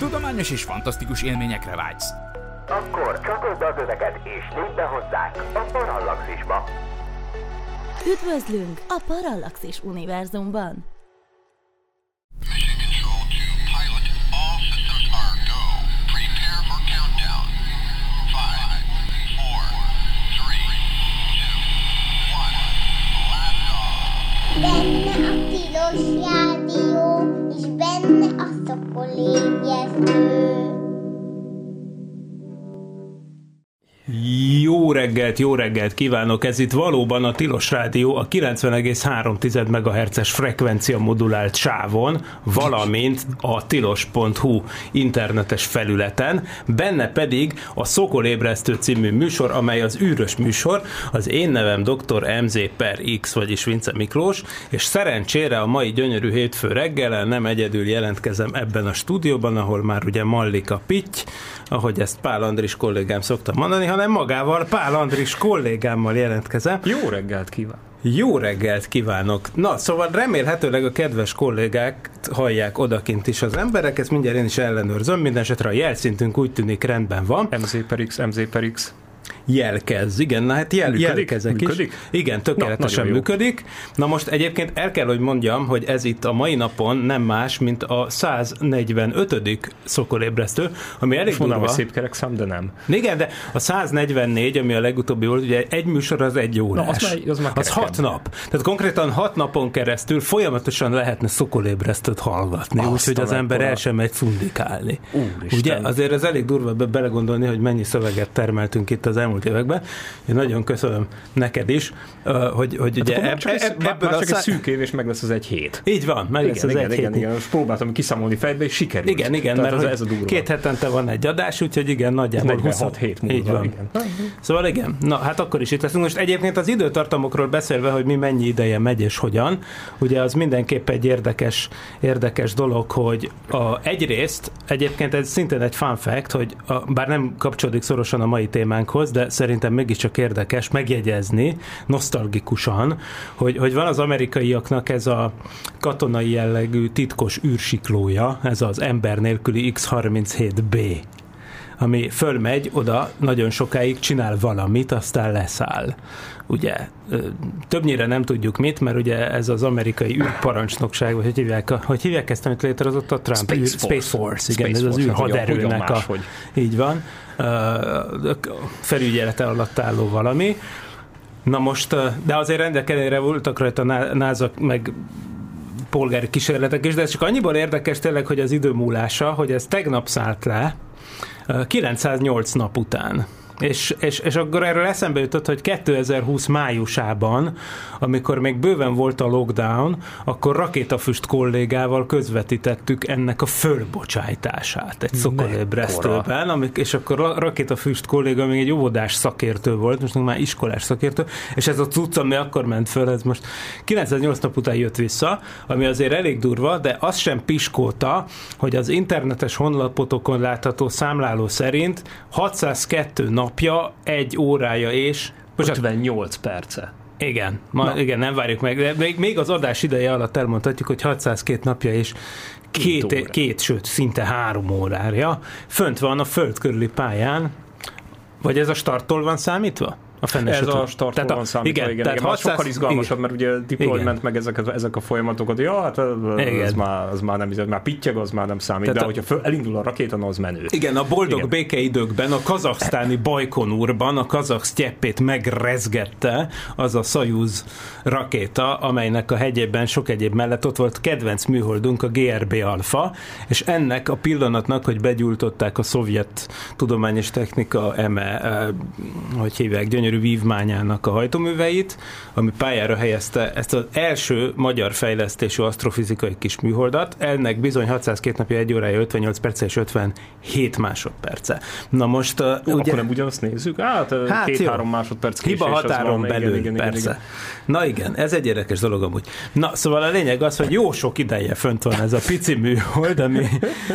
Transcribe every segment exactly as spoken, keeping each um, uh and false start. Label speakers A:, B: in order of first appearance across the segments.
A: tudományos és fantasztikus élményekre vágysz.
B: Akkor csatold az öveket és lépj be hozzánk a Parallaxisba.
C: Üdvözlünk a Parallaxis univerzumban!
D: Benne a tilos rádió, és benne a szokolébresztő.
E: Jó reggelt, jó reggelt kívánok! Ez itt valóban a Tilos Rádió a kilencven egész három megahertzes frekvencia modulált sávon, valamint a tilos pont hu internetes felületen, benne pedig a Szokolébresztő című műsor, amely az űrös műsor. Az én nevem doktor em zé per X, vagyis Vince Miklós, és szerencsére a mai gyönyörű hétfő reggelen nem egyedül jelentkezem ebben a stúdióban, ahol már ugye Mallika Pitty, ahogy ezt Pál Andris kollégám szokta mondani, hanem magával, Pál Andris kollégámmal jelentkezem.
F: Jó reggelt kívánok!
E: Jó reggelt kívánok! Na, szóval remélhetőleg a kedves kollégák hallják odakint is az emberek, ezt mindjárt én is ellenőrzöm, mindenesetre a jelszintünk úgy tűnik rendben van.
F: em zé per X, em zé per X.
E: Jelkez, igen, na hát jel, jelkezek
F: működik?
E: is. Igen, tökéletesen na, működik. Na most egyébként el kell, hogy mondjam, hogy ez itt a mai napon nem más, mint a száznegyvenötödik szokolébresztő, ami elég durva.
F: Mondom, szép kerek szám, de nem.
E: Igen, de a száznegyvennégy, ami a legutóbbi volt, ugye egy műsor az egy órás.
F: Na, az, már, az, már
E: az hat nap. Tehát konkrétan hat napon keresztül folyamatosan lehetne szokolébresztőt hallgatni, úgyhogy az ember el sem megy szundikálni.
F: Úristen.
E: Ugye? Azért ez elég durva be belegondolni, hogy mennyi szöveget termeltünk itt az elmúlt években. Én nagyon köszönöm neked is, hogy, hogy ugye
F: hát
E: ebb,
F: ebb,
E: ebb, ebből
F: már
E: a
F: csak
E: szá...
F: egy szűk év, és meg lesz az egy hét.
E: Így van, meg
F: igen,
E: lesz az
F: igen,
E: egy
F: igen,
E: hét.
F: igen, most próbáltam kiszámolni fejbe, és sikerült.
E: Igen, igen,
F: tehát
E: mert
F: ez a durva.
E: Két hetente van egy adás, úgyhogy igen, nagyjából
F: negyvenhat hét múlva.
E: Így van.
F: Igen.
E: Szóval igen, na hát akkor is itt leszünk. Most egyébként az időtartamokról beszélve, hogy mi mennyi ideje megy és hogyan, ugye az mindenképp egy érdekes, érdekes dolog, hogy a, egyrészt, egyébként ez szintén egy fun fact, hogy a, bár nem kapcsolódik szorosan a mai témánkhoz, de szerintem mégiscsak érdekes megjegyezni, nosztalgikusan, hogy, hogy van az amerikaiaknak ez a katonai jellegű titkos űrsiklója, ez az ember nélküli iksz harminchét bé, ami fölmegy oda, nagyon sokáig csinál valamit, aztán leszáll. Ugye, többnyire nem tudjuk mit, mert ugye ez az amerikai űrparancsnokság, vagy hogy hívják, a, hogy hívják ezt, amit létrehozott a Trump?
F: Space
E: űr,
F: Force.
E: Space Force, igen,
F: Space
E: ez az
F: Force,
E: űrhaderőnek a...
F: máshogy.
E: Így van. Felügyelete alatt álló valami. Na most, de azért rendelkezésre voltak rajta NASA meg polgári kísérletek is, de ez csak annyiból érdekes tényleg, hogy az idő múlása, hogy ez tegnap szállt le, kilencszáznyolc nap után. És, és, és akkor erről eszembe jutott, hogy kétezer-húsz májusában, amikor még bőven volt a lockdown, akkor Rakétafüst kollégával közvetítettük ennek a fölbocsájtását egy szokolébresztőben, amik, és akkor a Rakétafüst kolléga még egy óvodás szakértő volt, most már iskolás szakértő, és ez a cucc, ami akkor ment föl, ez most kilencszáznyolc nap után jött vissza, ami azért elég durva, de az sem piskolta, hogy az internetes honlapotokon látható számláló szerint hatszázkettő napja, egy órája és...
F: ötvennyolc perce.
E: Igen, ma, igen, nem várjuk meg, de még, még az adás ideje alatt elmondhatjuk, hogy hatszázkettő napja és két, két, két, sőt, szinte három órája fönt van a föld körüli pályán, vagy ez a starttól van számítva? A
F: ez a starttól van számítva, igen, igen, igen, igen. hatszáz... sokkal izgalmasabb, igen. Mert ugye deployment igen. meg ezek, ezek a folyamatokat, ja, hát ez már, az már nem, ez már pittyeg, az már nem számít, tehát de a... hogyha föl, elindul a rakéta, az menő.
E: Igen, a boldog igen. békeidőkben a kazaksztáni Bajkonurban a kazakh sztyeppét megrezgette az a Szajuz rakéta, amelynek a hegyében sok egyéb mellett ott volt kedvenc műholdunk, a gé er bé Alpha, és ennek a pillanatnak, hogy begyújtották a szovjet tudomány és technika eme, eh, hogy hívják, gyönyörű vívmányának a hajtóműveit, ami pályára helyezte ezt az első magyar fejlesztésű asztrofizikai kis műholdat. Ennek bizony hatszázkettő napja, egy órája, ötvennyolc perce és ötvenhét másodperce. Na most... Uh,
F: Ó, ugye, akkor nem ugyanazt nézzük? Hát, hát két-három másodperc késés.
E: Hiba határon belül, igen, igen, persze. Igen, igen. Na igen, ez egy érdekes dolog amúgy. Na, szóval a lényeg az, hogy jó sok ideje fönt van ez a pici műhold, ami,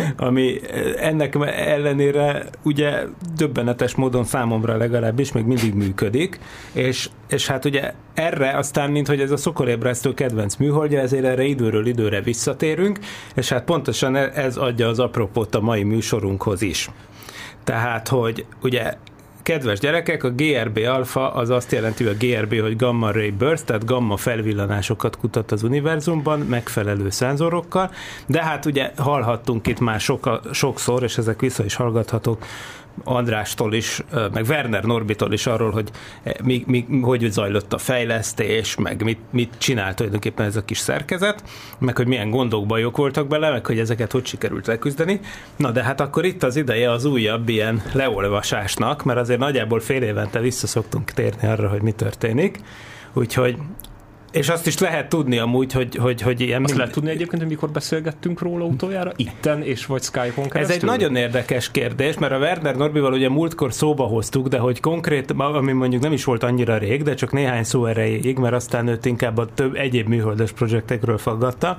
E: ami ennek ellenére ugye döbbenetes módon számomra legalábbis még mindig működik. működik, és, és hát ugye erre aztán, mint hogy ez a szokolébresztő kedvenc műholdja, ezért erre időről időre visszatérünk, és hát pontosan ez adja az apropót a mai műsorunkhoz is. Tehát, hogy ugye kedves gyerekek, a gé er bé alfa az azt jelenti, hogy a gé er bé, hogy gamma ray burst, tehát gamma felvillanásokat kutat az univerzumban megfelelő szenzorokkal, de hát ugye hallhattunk itt már soka, sokszor, és ezek vissza is hallgathatók Andrástól is, meg Werner Norbitól is arról, hogy mi, mi, hogy zajlott a fejlesztés, meg mit, mit csinált tulajdonképpen ez a kis szerkezet, meg hogy milyen gondok, bajok voltak bele, meg hogy ezeket hogy sikerült leküzdeni. Na de hát akkor itt az ideje az újabb ilyen leolvasásnak, mert azért nagyjából fél évente vissza szoktunk térni arra, hogy mi történik. Úgyhogy és azt is lehet tudni amúgy, hogy, hogy, hogy ilyen...
F: Azt mind... lehet tudni egyébként, hogy mikor beszélgettünk róla utoljára? Itten és vagy Skype-on keresztül?
E: Ez egy nagyon érdekes kérdés, mert a Werner Norbival ugye múltkor szóba hoztuk, de hogy konkrét, ami mondjuk nem is volt annyira rég, de csak néhány szó erejéig, mert aztán őt inkább a több egyéb műholdas projektekről faggatta.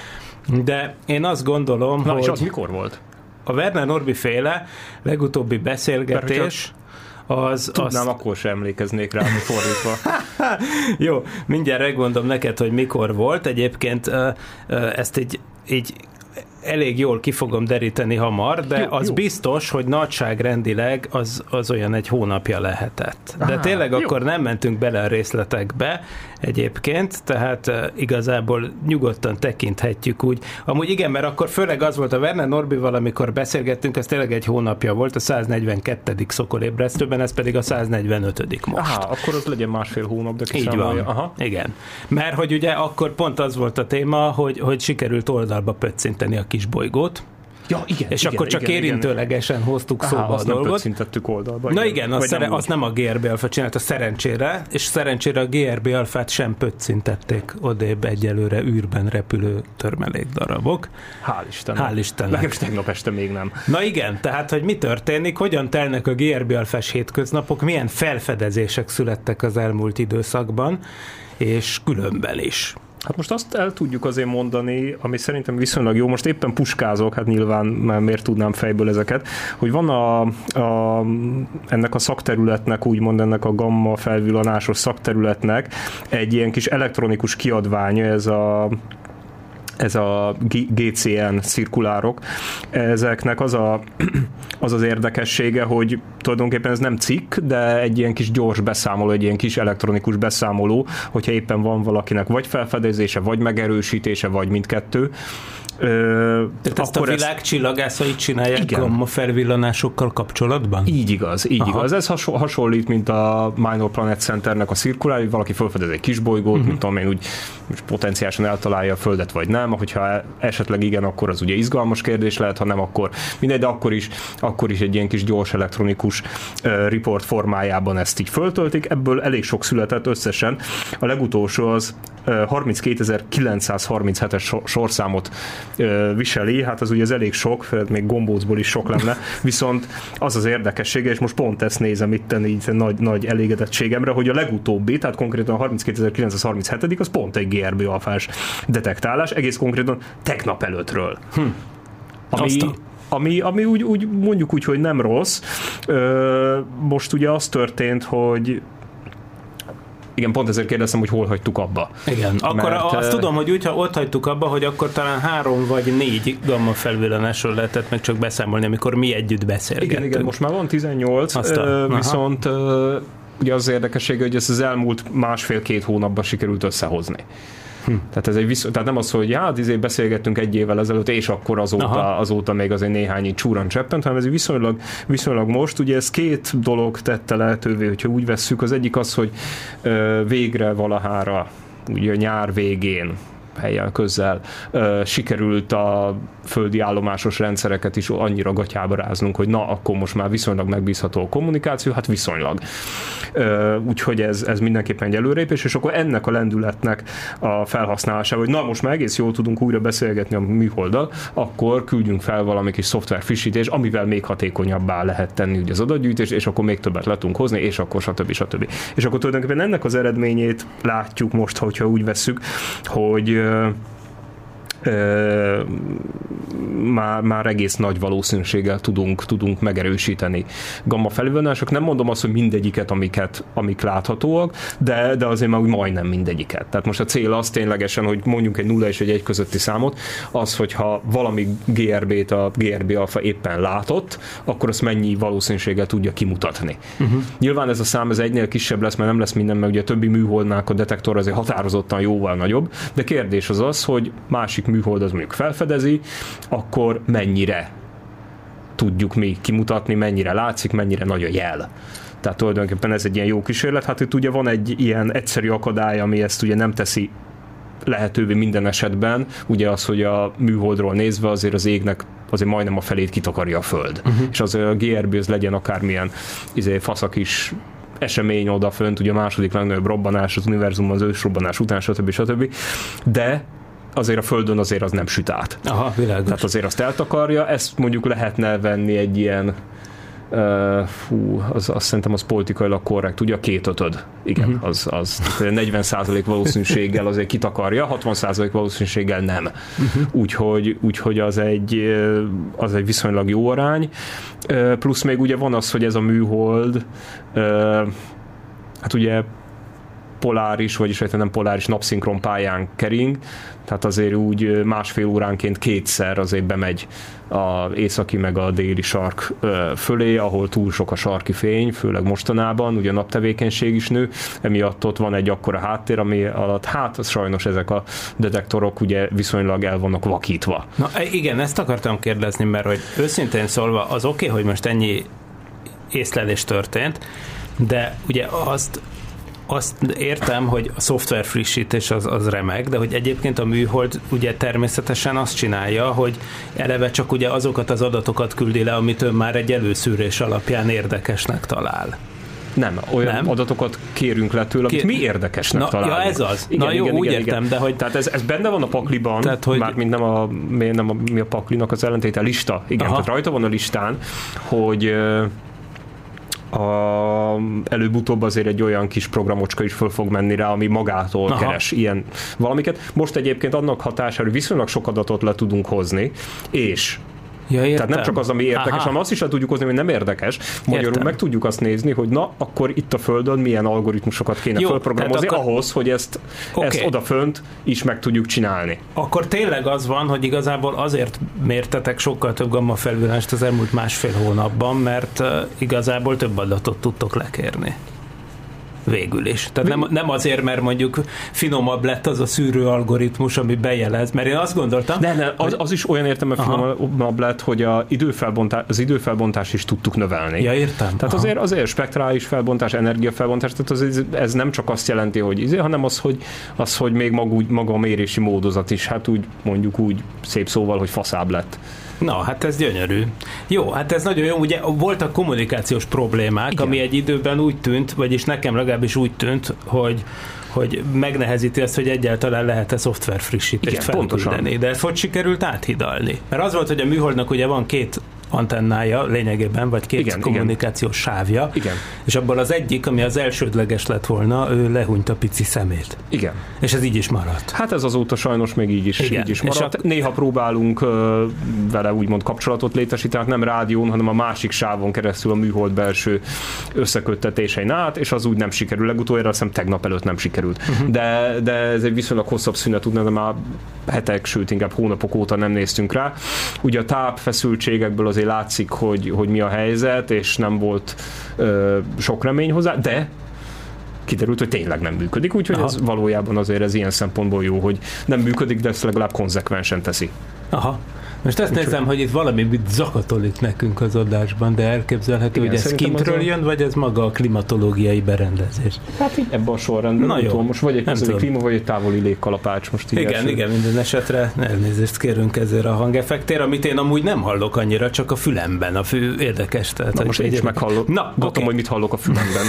E: De én azt gondolom,
F: Na,
E: hogy...
F: és az mikor volt?
E: A Werner Norbi féle legutóbbi beszélgetés... Az,
F: Tudnám, azt... akkor sem emlékeznék rá, ami fordítva.
E: Jó, mindjárt megmondom neked, hogy mikor volt. Egyébként ezt így, így elég jól ki fogom deríteni hamar, de jó, az jó. biztos, hogy nagyságrendileg az, az olyan egy hónapja lehetett. De Aha, tényleg jó. akkor nem mentünk bele a részletekbe egyébként, tehát uh, igazából nyugodtan tekinthetjük úgy. Amúgy igen, mert akkor főleg az volt a Werner Norbival, amikor beszélgettünk, ez tényleg egy hónapja volt, a száznegyvenkettedik szokolébresztőben, ez pedig a száznegyvenötödik most.
F: Aha, akkor az legyen másfél hónap, de
E: így van. Aha. Igen. Mert hogy ugye akkor pont az volt a téma, hogy, hogy sikerült oldalba pöccinteni a kis bolygót.
F: Ja, igen,
E: és
F: igen,
E: akkor csak
F: igen,
E: érintőlegesen igen. hoztuk
F: Aha,
E: szóba
F: azt
E: a dolgot.
F: Nem pöccintettük oldalba.
E: Na igen, azt nem, az nem a gé er bé alfa csinálta szerencsére, és szerencsére a gé er bé alfát sem pöccintették odébb egyelőre űrben repülő törmelékdarabok.
F: Hál' Istennek.
E: Hál' Istennek.
F: Legalábbis tegnap este még nem.
E: Na igen, tehát hogy mi történik, hogyan telnek a gé er bé alfás hétköznapok, milyen felfedezések születtek az elmúlt időszakban, és különben is.
F: Hát most azt el tudjuk azért mondani, ami szerintem viszonylag jó, most éppen puskázok, hát nyilván már miért tudnám fejből ezeket, hogy van a, a, ennek a szakterületnek, úgymond ennek a gamma felvillanásos szakterületnek egy ilyen kis elektronikus kiadványa, ez a ez a gé cé en cirkulárok, ezeknek az, a, az az érdekessége, hogy tulajdonképpen ez nem cikk, de egy ilyen kis gyors beszámoló, egy ilyen kis elektronikus beszámoló, hogyha éppen van valakinek vagy felfedezése, vagy megerősítése, vagy mindkettő.
E: Ö, Tehát ezt a világ ezt... csillagászait csinálják gamma felvillanásokkal kapcsolatban?
F: Így igaz, így Aha. igaz. Ez hasonlít, mint a Minor Planet Centernek a cirkulár, hogy valaki felfedez egy kisbolygót, uh-huh. mint tudom én, úgy potenciálisan eltalálja a Földet, vagy nem. Hogyha esetleg igen, akkor az ugye izgalmas kérdés lehet, ha nem, akkor mindegy, de akkor is, akkor is egy ilyen kis gyors elektronikus uh, report formájában ezt így föltöltik. Ebből elég sok született összesen. A legutolsó az uh, harminckétezer-kilencszázharminchetes sorszámot viseli, hát az ugye az elég sok, még gombócból is sok lenne, viszont az az érdekessége, és most pont ezt nézem itten így nagy, nagy elégedettségemre, hogy a legutóbbi, tehát konkrétan a harminckétezer-kilencszázharminchetedik az pont egy gé er bé alfás detektálás, egész konkrétan tegnap előttről. Hm. Ami, ami, ami úgy, úgy mondjuk úgy, hogy nem rossz. Most ugye az történt, hogy igen, pont ezért kérdeztem, hogy hol hagytuk abba.
E: Igen, akkor mert, azt tudom, hogy úgy, ha ott hagytuk abba, hogy akkor talán három vagy négy gamma felvillanásról lehetett meg csak beszámolni, amikor mi együtt beszélgettünk.
F: Igen, igen, most már van tizennyolc, Aztán, viszont aha. ugye az érdekessége, hogy ezt az elmúlt másfél-két hónapban sikerült összehozni. Hm. Tehát ez egy visz... Tehát nem az, hogy hát izé beszélgettünk egy évvel ezelőtt, és akkor azóta, azóta még azért néhány csúran cseppent, hanem ez viszonylag, viszonylag most. Ugye ez két dolog tette lehetővé, hogyha úgy vesszük. Az egyik az, hogy ö, végre valahára, ugye a nyár végén, helyen közel ö, sikerült a földi állomásos rendszereket is annyira gatyába ráznunk, hogy na, akkor most már viszonylag megbízható a kommunikáció, hát viszonylag. Ö, úgyhogy ez, ez mindenképpen egy előrépés, és akkor ennek a lendületnek a felhasználásával, hogy na, most már egész jól tudunk újra beszélgetni a műholddal, akkor küldjünk fel valami kis szoftver frissítés, amivel még hatékonyabbá lehet tenni ugye az adatgyűjtést, és akkor még többet le tudunk hozni, és akkor stb. stb. És akkor tulajdonképpen ennek az eredményét látjuk most, hogyha úgy vesszük, hogy Ö, ö, már már, már egész nagy valószínűséggel tudunk, tudunk megerősíteni gamma felvillanások. Nem mondom azt, hogy mindegyiket, amiket, amik láthatóak, de, de azért már úgy majdnem mindegyiket. Tehát most a cél az ténylegesen, hogy mondjunk egy nulla és egy egy közötti számot, az, hogyha valami gé er bé-t a gé er bé alfa éppen látott, akkor azt mennyi valószínűséggel tudja kimutatni. Uh-huh. Nyilván ez a szám ez egynél kisebb lesz, mert nem lesz minden, mert ugye a többi műholdnál a detektor azért határozottan jóval nagyobb, de kérdés az az, hogy másik műhold az mondjuk felfedezi, akkor mennyire tudjuk mi kimutatni, mennyire látszik, mennyire nagy a jel. Tehát tulajdonképpen ez egy ilyen jó kísérlet. Hát itt ugye van egy ilyen egyszerű akadály, ami ezt ugye nem teszi lehetővé minden esetben, ugye az, hogy a műholdról nézve azért az égnek azért majdnem a felét kitakarja a Föld. Uh-huh. És az a gé er bé az legyen akármilyen izé, faszak is esemény odafönt, ugye a második legnagyobb robbanás az univerzumban, az ősrobbanás után, stb. stb. De azért a Földön azért az nem süt át.
E: Aha, világos.
F: Tehát azért azt eltakarja, ezt mondjuk lehetne venni egy ilyen Uh, fú, az, azt szerintem az politikailag korrekt, ugye a kétötöd, igen, uh-huh. az, az negyven százalék valószínűséggel azért kitakarja, hatvan százalék valószínűséggel nem. Uh-huh. Úgyhogy, úgyhogy az, egy, az egy viszonylag jó arány. Uh, plusz még ugye van az, hogy ez a műhold uh, hát ugye poláris, vagyis nem poláris napszinkron pályán kering, tehát azért úgy másfél óránként kétszer azért bemegy az északi meg a déli sark fölé, ahol túl sok a sarki fény, főleg mostanában, ugye a naptevékenység is nő, emiatt ott van egy akkora háttér, ami alatt hát sajnos ezek a detektorok ugye viszonylag el vannak vakítva.
E: Na igen, ezt akartam kérdezni, mert hogy őszintén szólva az oké, okay, hogy most ennyi észlelés történt, de ugye azt Azt értem, hogy a szoftver frissítés az, az remek, de hogy egyébként a műhold ugye természetesen azt csinálja, hogy eleve csak ugye azokat az adatokat küldi le, amit ön már egy előszűrés alapján érdekesnek talál.
F: Nem, olyan nem? adatokat kérünk le tőle, amit mi érdekesnek
E: Na,
F: találunk.
E: Ja, ez az. Igen, Na jó, igen, úgy igen, értem, igen. de hogy...
F: Tehát ez, ez benne van a pakliban, tehát, hogy... mármint nem a, nem a, mi a paklinak az ellentéte, a lista. Igen, Aha. tehát rajta van a listán, hogy... A, előbb-utóbb azért egy olyan kis programocska is föl fog menni rá, ami magától Aha. keres ilyen valamiket. Most egyébként annak hatására viszonylag sok adatot le tudunk hozni, és
E: Ja,
F: tehát nem csak az, ami érdekes, Aha. hanem azt is le tudjuk hozni, hogy nem érdekes. Magyarul értem. Meg tudjuk azt nézni, hogy na, akkor itt a Földön milyen algoritmusokat kéne Jó, fölprogramozni akkor... ahhoz, hogy ezt, okay. ezt odafönt is meg tudjuk csinálni.
E: Akkor tényleg az van, hogy igazából azért mértetek sokkal több gamma felvillást az elmúlt másfél hónapban, mert uh, igazából több adatot tudtok lekérni. Végül is. Tehát nem, nem azért, mert mondjuk finomabb lett az a szűrő algoritmus, ami bejelez, mert én azt gondoltam...
F: Ne, ne, az, az is olyan értem, hogy finomabb lett, hogy a időfelbontás, az időfelbontás is tudtuk növelni.
E: Ja, értem.
F: Tehát azért, azért spektrális felbontás, energiafelbontás, tehát az, ez nem csak azt jelenti, hogy izé, hanem az, hogy, az, hogy még maga, maga a mérési módozat is, hát úgy mondjuk úgy szép szóval, hogy faszább lett.
E: Na, hát ez gyönyörű. Jó, hát ez nagyon jó. Ugye voltak kommunikációs problémák, Igen. ami egy időben úgy tűnt, vagyis nekem legalábbis úgy tűnt, hogy hogy megnehezíti azt, hogy egyáltalán lehet-e szoftver frissítést felküldeni. De ezt hogy sikerült áthidalni? Mert az volt, hogy a műholdnak ugye van két antennája lényegében, vagy két igen, kommunikációs igen. sávja,
F: igen.
E: és abból az egyik, ami az elsődleges lett volna, ő lehúnyt a pici szemét.
F: Igen.
E: És ez így is maradt.
F: Hát ez azóta sajnos még így is, így is maradt. A... Néha próbálunk uh, vele úgymond kapcsolatot létesíteni, nem rádión, hanem a másik sávon keresztül a műhold belső összeköttetésein át, és az úgy nem sikerül. Legutoljára azt hiszem tegnap előtt nem sikerült. Uh-huh. De, de ez egy viszonylag hosszabb szünet, tudna, de már hetek, sőt inkább hónapok óta nem néztünk rá. Ugye a tápfeszültségekből azért látszik, hogy, hogy mi a helyzet, és nem volt ö, sok remény hozzá, de kiderült, hogy tényleg nem működik, úgyhogy Aha. ez valójában azért ez ilyen szempontból jó, hogy nem működik, de ezt legalább konzekvensen teszi.
E: Aha. Most azt Úgyhogy... nézem, hogy itt valami zakatol itt nekünk az adásban, de elképzelhető, igen, hogy ez kintről jön, vagy ez maga a klimatológiai berendezés?
F: Hát így ebben a sorrendben. Na jó. Most vagy egy közeli klíma, vagy egy távoli légkalapács. Most
E: igen, első. igen, minden esetre elnézést kérünk ezért a hangeffektért, amit én amúgy nem hallok annyira, csak a fülemben, a fű érdekes. Tehát,
F: Na most én is meghallok. Na, Gondolom, okay. hogy mit hallok a fülemben.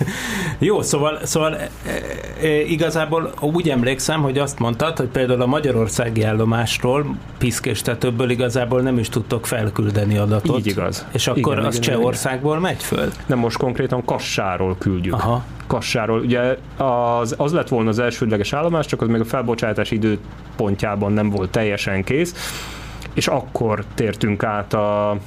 E: Jó, szóval, szóval e, e, igazából úgy emlékszem, hogy azt mondtad, hogy például a magyarországi állomásról piszkéstetőbb igazából nem is tudtok felküldeni adatot.
F: Így igaz.
E: És akkor
F: igen,
E: az igen, Csehországból megy föl?
F: Nem, most konkrétan Kassáról küldjük.
E: Aha.
F: Kassáról. Ugye az, az lett volna az elsődleges állomás, csak az még a felbocsátás időpontjában nem volt teljesen kész, és akkor tértünk át a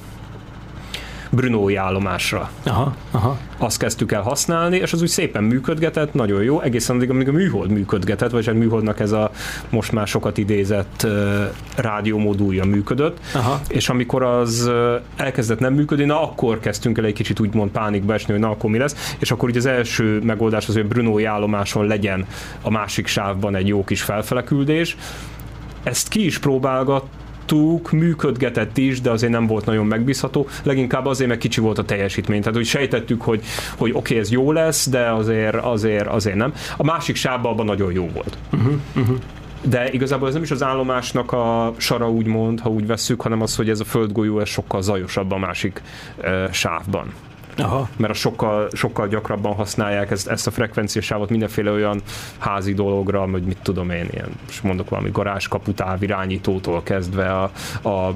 F: Brunói állomásra.
E: Aha, aha.
F: Azt kezdtük el használni, és az úgy szépen működgetett, nagyon jó, egészen addig, amíg a műhold működgetett, vagy a műholdnak ez a most már sokat idézett uh, rádiómodulja működött, aha. És amikor az uh, elkezdett nem működni, na akkor kezdtünk el egy kicsit úgymond pánikba esni, hogy na akkor mi lesz, és akkor így az első megoldás az, hogy a Brunói állomáson legyen a másik sávban egy jó kis felfeleküldés. Ezt ki is próbálgat, működgetett is, de azért nem volt nagyon megbízható, leginkább azért, mert kicsi volt a teljesítmény. Tehát, hogy sejtettük, hogy, hogy oké, okay, ez jó lesz, de azért, azért, azért nem. A másik sávban abban nagyon jó volt. Uh-huh, uh-huh. De igazából ez nem is az állomásnak a sara úgymond, ha úgy vesszük, hanem az, hogy ez a földgolyó ez sokkal zajosabb a másik uh, sávban. Aha. Mert a sokkal, sokkal gyakrabban használják ezt, ezt a frekvenciasávot mindenféle olyan házi dologra, hogy mit tudom én, ilyen, és mondok valami garázskaputáv irányítótól kezdve a, a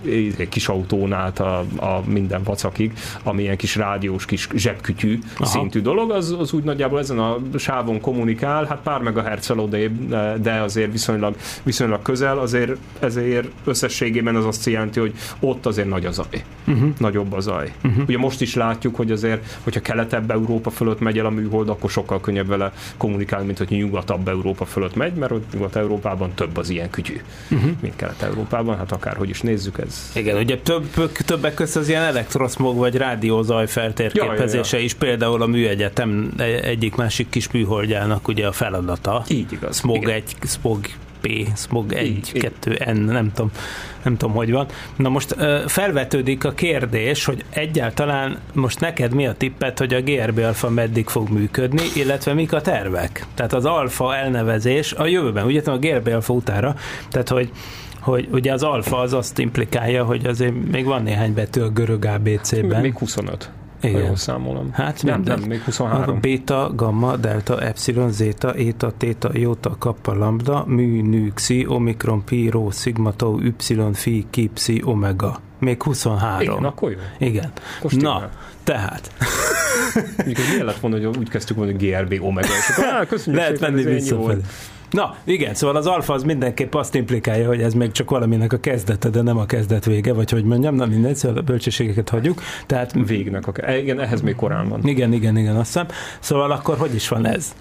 F: kis autón át a, a minden vacakig, ami ilyen kis rádiós, kis zsebkütyű aha. szintű dolog, az, az úgy nagyjából ezen a sávon kommunikál, hát pár megahertzel odébb, de azért viszonylag, viszonylag közel, azért ezért összességében az azt jelenti, hogy ott azért nagy a zaj. Uh-huh. Nagyobb a zaj. Uh-huh. Ugye most is látjuk, hogy azért, hogyha keletebb Európa fölött megy el a műhold, akkor sokkal könnyebb vele kommunikálni, mint hogy nyugatabb Európa fölött megy, mert ott Nyugat-Európában több az ilyen kütyű, uh-huh. mint Kelet-Európában, hát akárhogy is nézzük, ez
E: igen, ugye több, többek között az ilyen elektroszmog vagy rádiózaj feltérképezése ja, ja, ja. is például a műegyetem egyik-másik kis műholdjának ugye a feladata.
F: Így igaz.
E: Smog egy, Smog P, Smog egy, kettő, N, nem tudom, nem tudom, hogy van. Na most felvetődik a kérdés, hogy egyáltalán most neked mi a tippet, hogy a gé er bé alfa meddig fog működni, illetve mik a tervek? Tehát az alfa elnevezés a jövőben, ugye a gé er bé alfa utára, tehát hogy hogy ugye az alfa az azt implikálja, hogy azért még van néhány betű a görög á bé cé-ben.
F: Még huszonöt. Igen. Jól számolom.
E: Hát
F: nem, nem, még huszonhárom.
E: Beta, gamma, delta, epsilon, zeta, eta, theta, iota, kappa, lambda, mű, nü, xi, omikron, pi, rho, sigma, tau, y, phi, ki, psi, omega. Még huszonhárom.
F: Igen, akkor jó.
E: Igen.
F: Most
E: na,
F: igen.
E: tehát.
F: Mondjuk, hogy milyen lett volna, hogy úgy kezdtük volna, hogy gé er bé omega. És akkor, á, köszönjük
E: lehet
F: szépen,
E: menni visszafelé. Na, igen, szóval az alfa az mindenképp azt implikálja, hogy ez még csak valaminek a kezdete, de nem a kezdet vége, vagy hogy mondjam, na mindegy, szóval a bölcsességeket hagyjuk. Tehát
F: végnek, a, igen, ehhez még korán van.
E: Igen, igen, igen, azt hiszem. Szóval akkor hogy is van ez?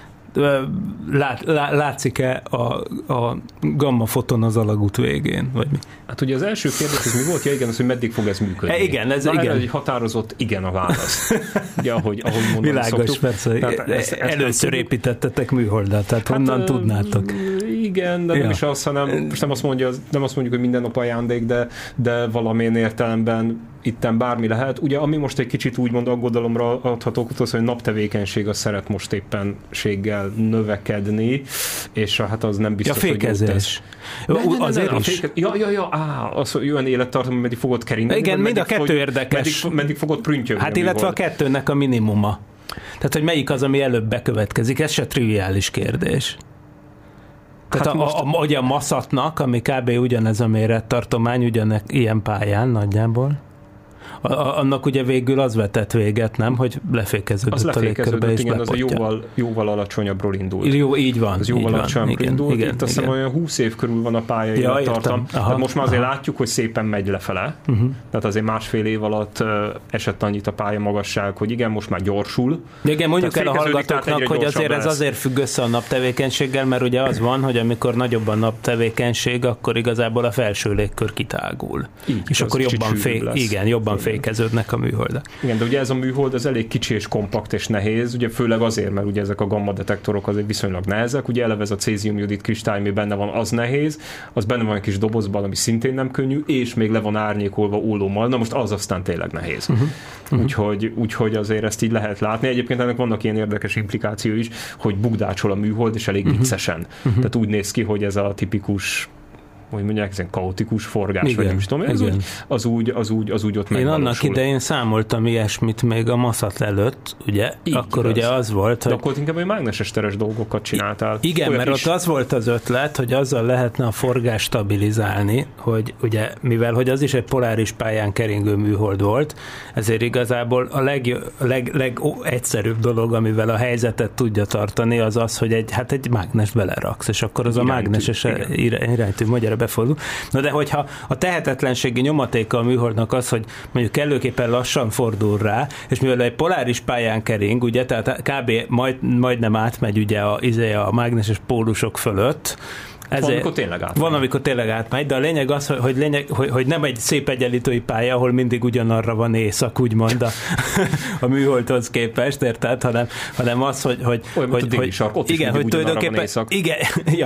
E: Lát, lá, látszik-e a, a gamma foton az alagút végén? Vagy mi?
F: Hát ugye az első kérdés, az mi volt? Ja igen, az, hogy meddig fog ez működni.
E: E, igen, ez
F: Na,
E: igen.
F: egy határozott igen a válasz. Ugye, ahogy, ahogy mondom,
E: világos,
F: szoktuk.
E: Persze. Tehát ezt, ezt először építettetek műholdat, tehát hát, honnan tudnátok?
F: Igen, de ja. nem is az, hanem most nem azt, mondja, nem azt mondjuk, hogy minden nap ajándék, de, de valamilyen értelemben itten bármi lehet. Ugye, ami most egy kicsit úgymond aggodalomra adhatok, az, hogy naptevékenység az szeret most éppenséggel növekedni, és hát az nem biztos,
E: ja, fékezés.
F: hogy
E: jó tesz. Azért is.
F: Féke... Ja, ja, ja, á, az, hogy olyan élettartam, meddig fogod keringeni.
E: Igen, mind a kettő
F: fog,
E: érdekes.
F: Meddig, meddig fogod prüntjögni.
E: Hát illetve a kettőnek a minimuma. Tehát, hogy melyik az, ami előbb bekövetkezik, ez se triviális kérdés. Tehát hát a, most... a, a, ugye a maszatnak, ami kb. Ugyanez a mérettartomány, ugyanek ilyen pályán nagyjából, a, a, annak ugye végül az vetett véget, nem? Hogy lefékeződött a légkörbe és
F: igen, az a jóval, jóval alacsonyabbról indult.
E: Jó, így van.
F: Az jóval alacsonyabbról indult.
E: Igen,
F: itt azt hiszem olyan húsz év körül van a pálya
E: ja,
F: élettartam. Hát most már azért aha. látjuk, hogy szépen megy lefele. Uh-huh. Tehát azért másfél év alatt uh, esett annyit a pálya magasság, hogy igen, most már gyorsul.
E: De igen, mondjuk el a hallgatóknak, hogy azért lesz. Ez azért függ össze a naptevékenységgel, mert ugye az van, hogy amikor nagyobb a naptevékenység, akkor igazából a felső légkör kitágul.
F: Így,
E: és akkor jobban, fé- igen, jobban fékeződnek a műholdak.
F: Igen, de ugye ez a műhold az elég kicsi és kompakt és nehéz, ugye főleg azért, mert ugye ezek a gamma detektorok azért viszonylag nehezek, ugye eleve ez a céziumjodid kristály, ami benne van, az nehéz, az benne van egy kis dobozban, ami szintén nem könnyű, és még le van árnyékolva ólommal, na most az aztán tényleg nehéz. Uh-huh. Uh-huh. Úgyhogy, úgyhogy azért ezt így lehet látni. Egyébként ennek vannak ilyen érdekes implikáció is, hogy bugdácsol a műhold, és elég uh-huh. viccesen. Uh-huh. Tehát úgy néz ki, hogy ez a tipikus hogy mondják, ez egy kaotikus forgás, igen, vagy nem is tudom, az úgy, az, úgy, az, úgy, az úgy ott
E: én
F: megvalósul.
E: Annak idején számoltam ilyesmit még a maszat előtt, ugye, így akkor igaz. Ugye az volt, hogy...
F: De akkor inkább egy mágneses teres dolgokat csináltál.
E: Igen,
F: olyat
E: mert
F: is.
E: Ott az volt az ötlet, hogy azzal lehetne a forgást stabilizálni, hogy ugye, mivel hogy az is egy poláris pályán keringő műhold volt, ezért igazából a leg, leg, legegyszerűbb dolog, amivel a helyzetet tudja tartani, az az, hogy egy, hát egy mágnes beleraksz, és akkor az iránytű, a mágneses iránytű, magyarra befordul. Na de hogyha a tehetetlenségi nyomatéka a műholdnak az, hogy mondjuk kellőképpen lassan fordul rá, és mivel egy poláris pályán kering, ugye, tehát kb. Majd, majdnem átmegy ugye a, a mágneses pólusok fölött,
F: Ezért, van, amikor tényleg átmegy.
E: Van, amikor tényleg átmegy, de a lényeg az, hogy, lényeg, hogy, hogy nem egy szép egyenlítői pálya, ahol mindig ugyanarra van éjszak, úgymond a, a műholdhoz képest, érted? Hanem, hanem az, hogy... hogy,
F: Olyan,
E: hogy, hogy
F: sark, ott
E: igen, hogy tulajdonképpen... Igen, ja.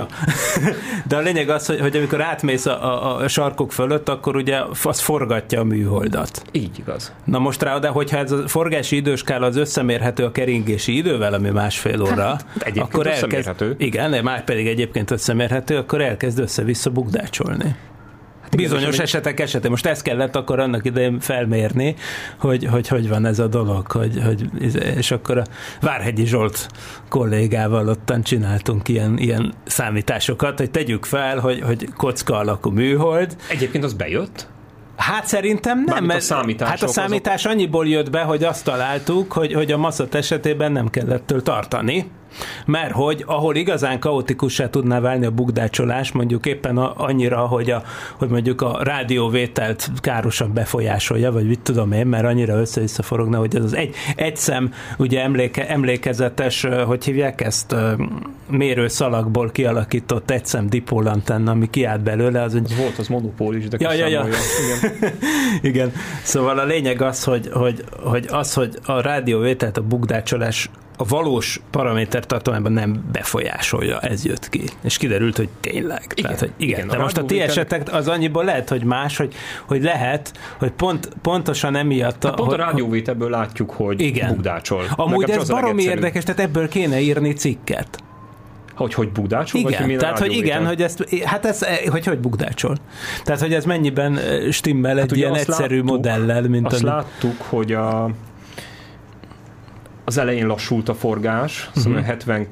E: De a lényeg az, hogy, hogy amikor átmész a, a, a sarkok fölött, akkor ugye az forgatja a műholdat.
F: Így igaz.
E: Na most rá, de hogyha ez a forgási időskála az összemérhető a keringési idővel, ami másfél óra,
F: hát,
E: akkor elkezd... Igen, már pedig egyébként összemérhető, akkor elkezd össze-vissza bugdácsolni. Hát bizonyos igen, esetek esetén. Most ezt kellett akkor annak idején felmérni, hogy hogy, hogy van ez a dolog, hogy, hogy, és akkor a Várhegyi Zsolt kollégával ottan csináltunk ilyen, ilyen számításokat, hogy tegyük fel, hogy, hogy kocka alakú műhold.
F: Egyébként az bejött?
E: Hát szerintem nem, mert
F: a
E: hát a számítás azok... annyiból jött be, hogy azt találtuk, hogy, hogy a Mossad esetében nem kellettől tartani, mert hogy ahol igazán kaotikussá tudná válni a bugdácsolás, mondjuk éppen a, annyira, hogy, a, hogy mondjuk a rádióvételt károsan befolyásolja, vagy mit tudom én, mert annyira össze-vissza forogna, hogy ez az egy, egy szem, ugye emléke, emlékezetes, hogy hívják ezt, mérőszalagból kialakított egy szem dipólantenna, ami kiállt belőle. Az,
F: az volt, az monopólis, de
E: ja, ja, ja. Igen. Igen. Szóval a lényeg az, hogy, hogy, hogy az, hogy a rádióvételt a bugdácsolás a valós paraméter tartományban nem befolyásolja, ez jött ki. És kiderült, hogy tényleg. Igen, Tehát, hogy igen. igen. De a most a ti esetek az annyiból lehet, hogy más, hogy, hogy lehet, hogy pont, pontosan emiatt...
F: A, pont
E: hogy,
F: a rádióvételből látjuk, hogy igen. bugdácsol.
E: Amúgy ez baromi érdekes, tehát ebből kéne írni cikket.
F: Hogy hogy bugdácsol?
E: Igen,
F: vagy
E: tehát hogy igen, hogy ezt, hát ez, hogy hogy bugdácsol. Tehát, hogy ez mennyiben stimmel hát egy ilyen egyszerű láttuk, modellel, mint
F: azt
E: ami...
F: láttuk, hogy a az elején lassult a forgás, uh-huh. szóval hetvenkét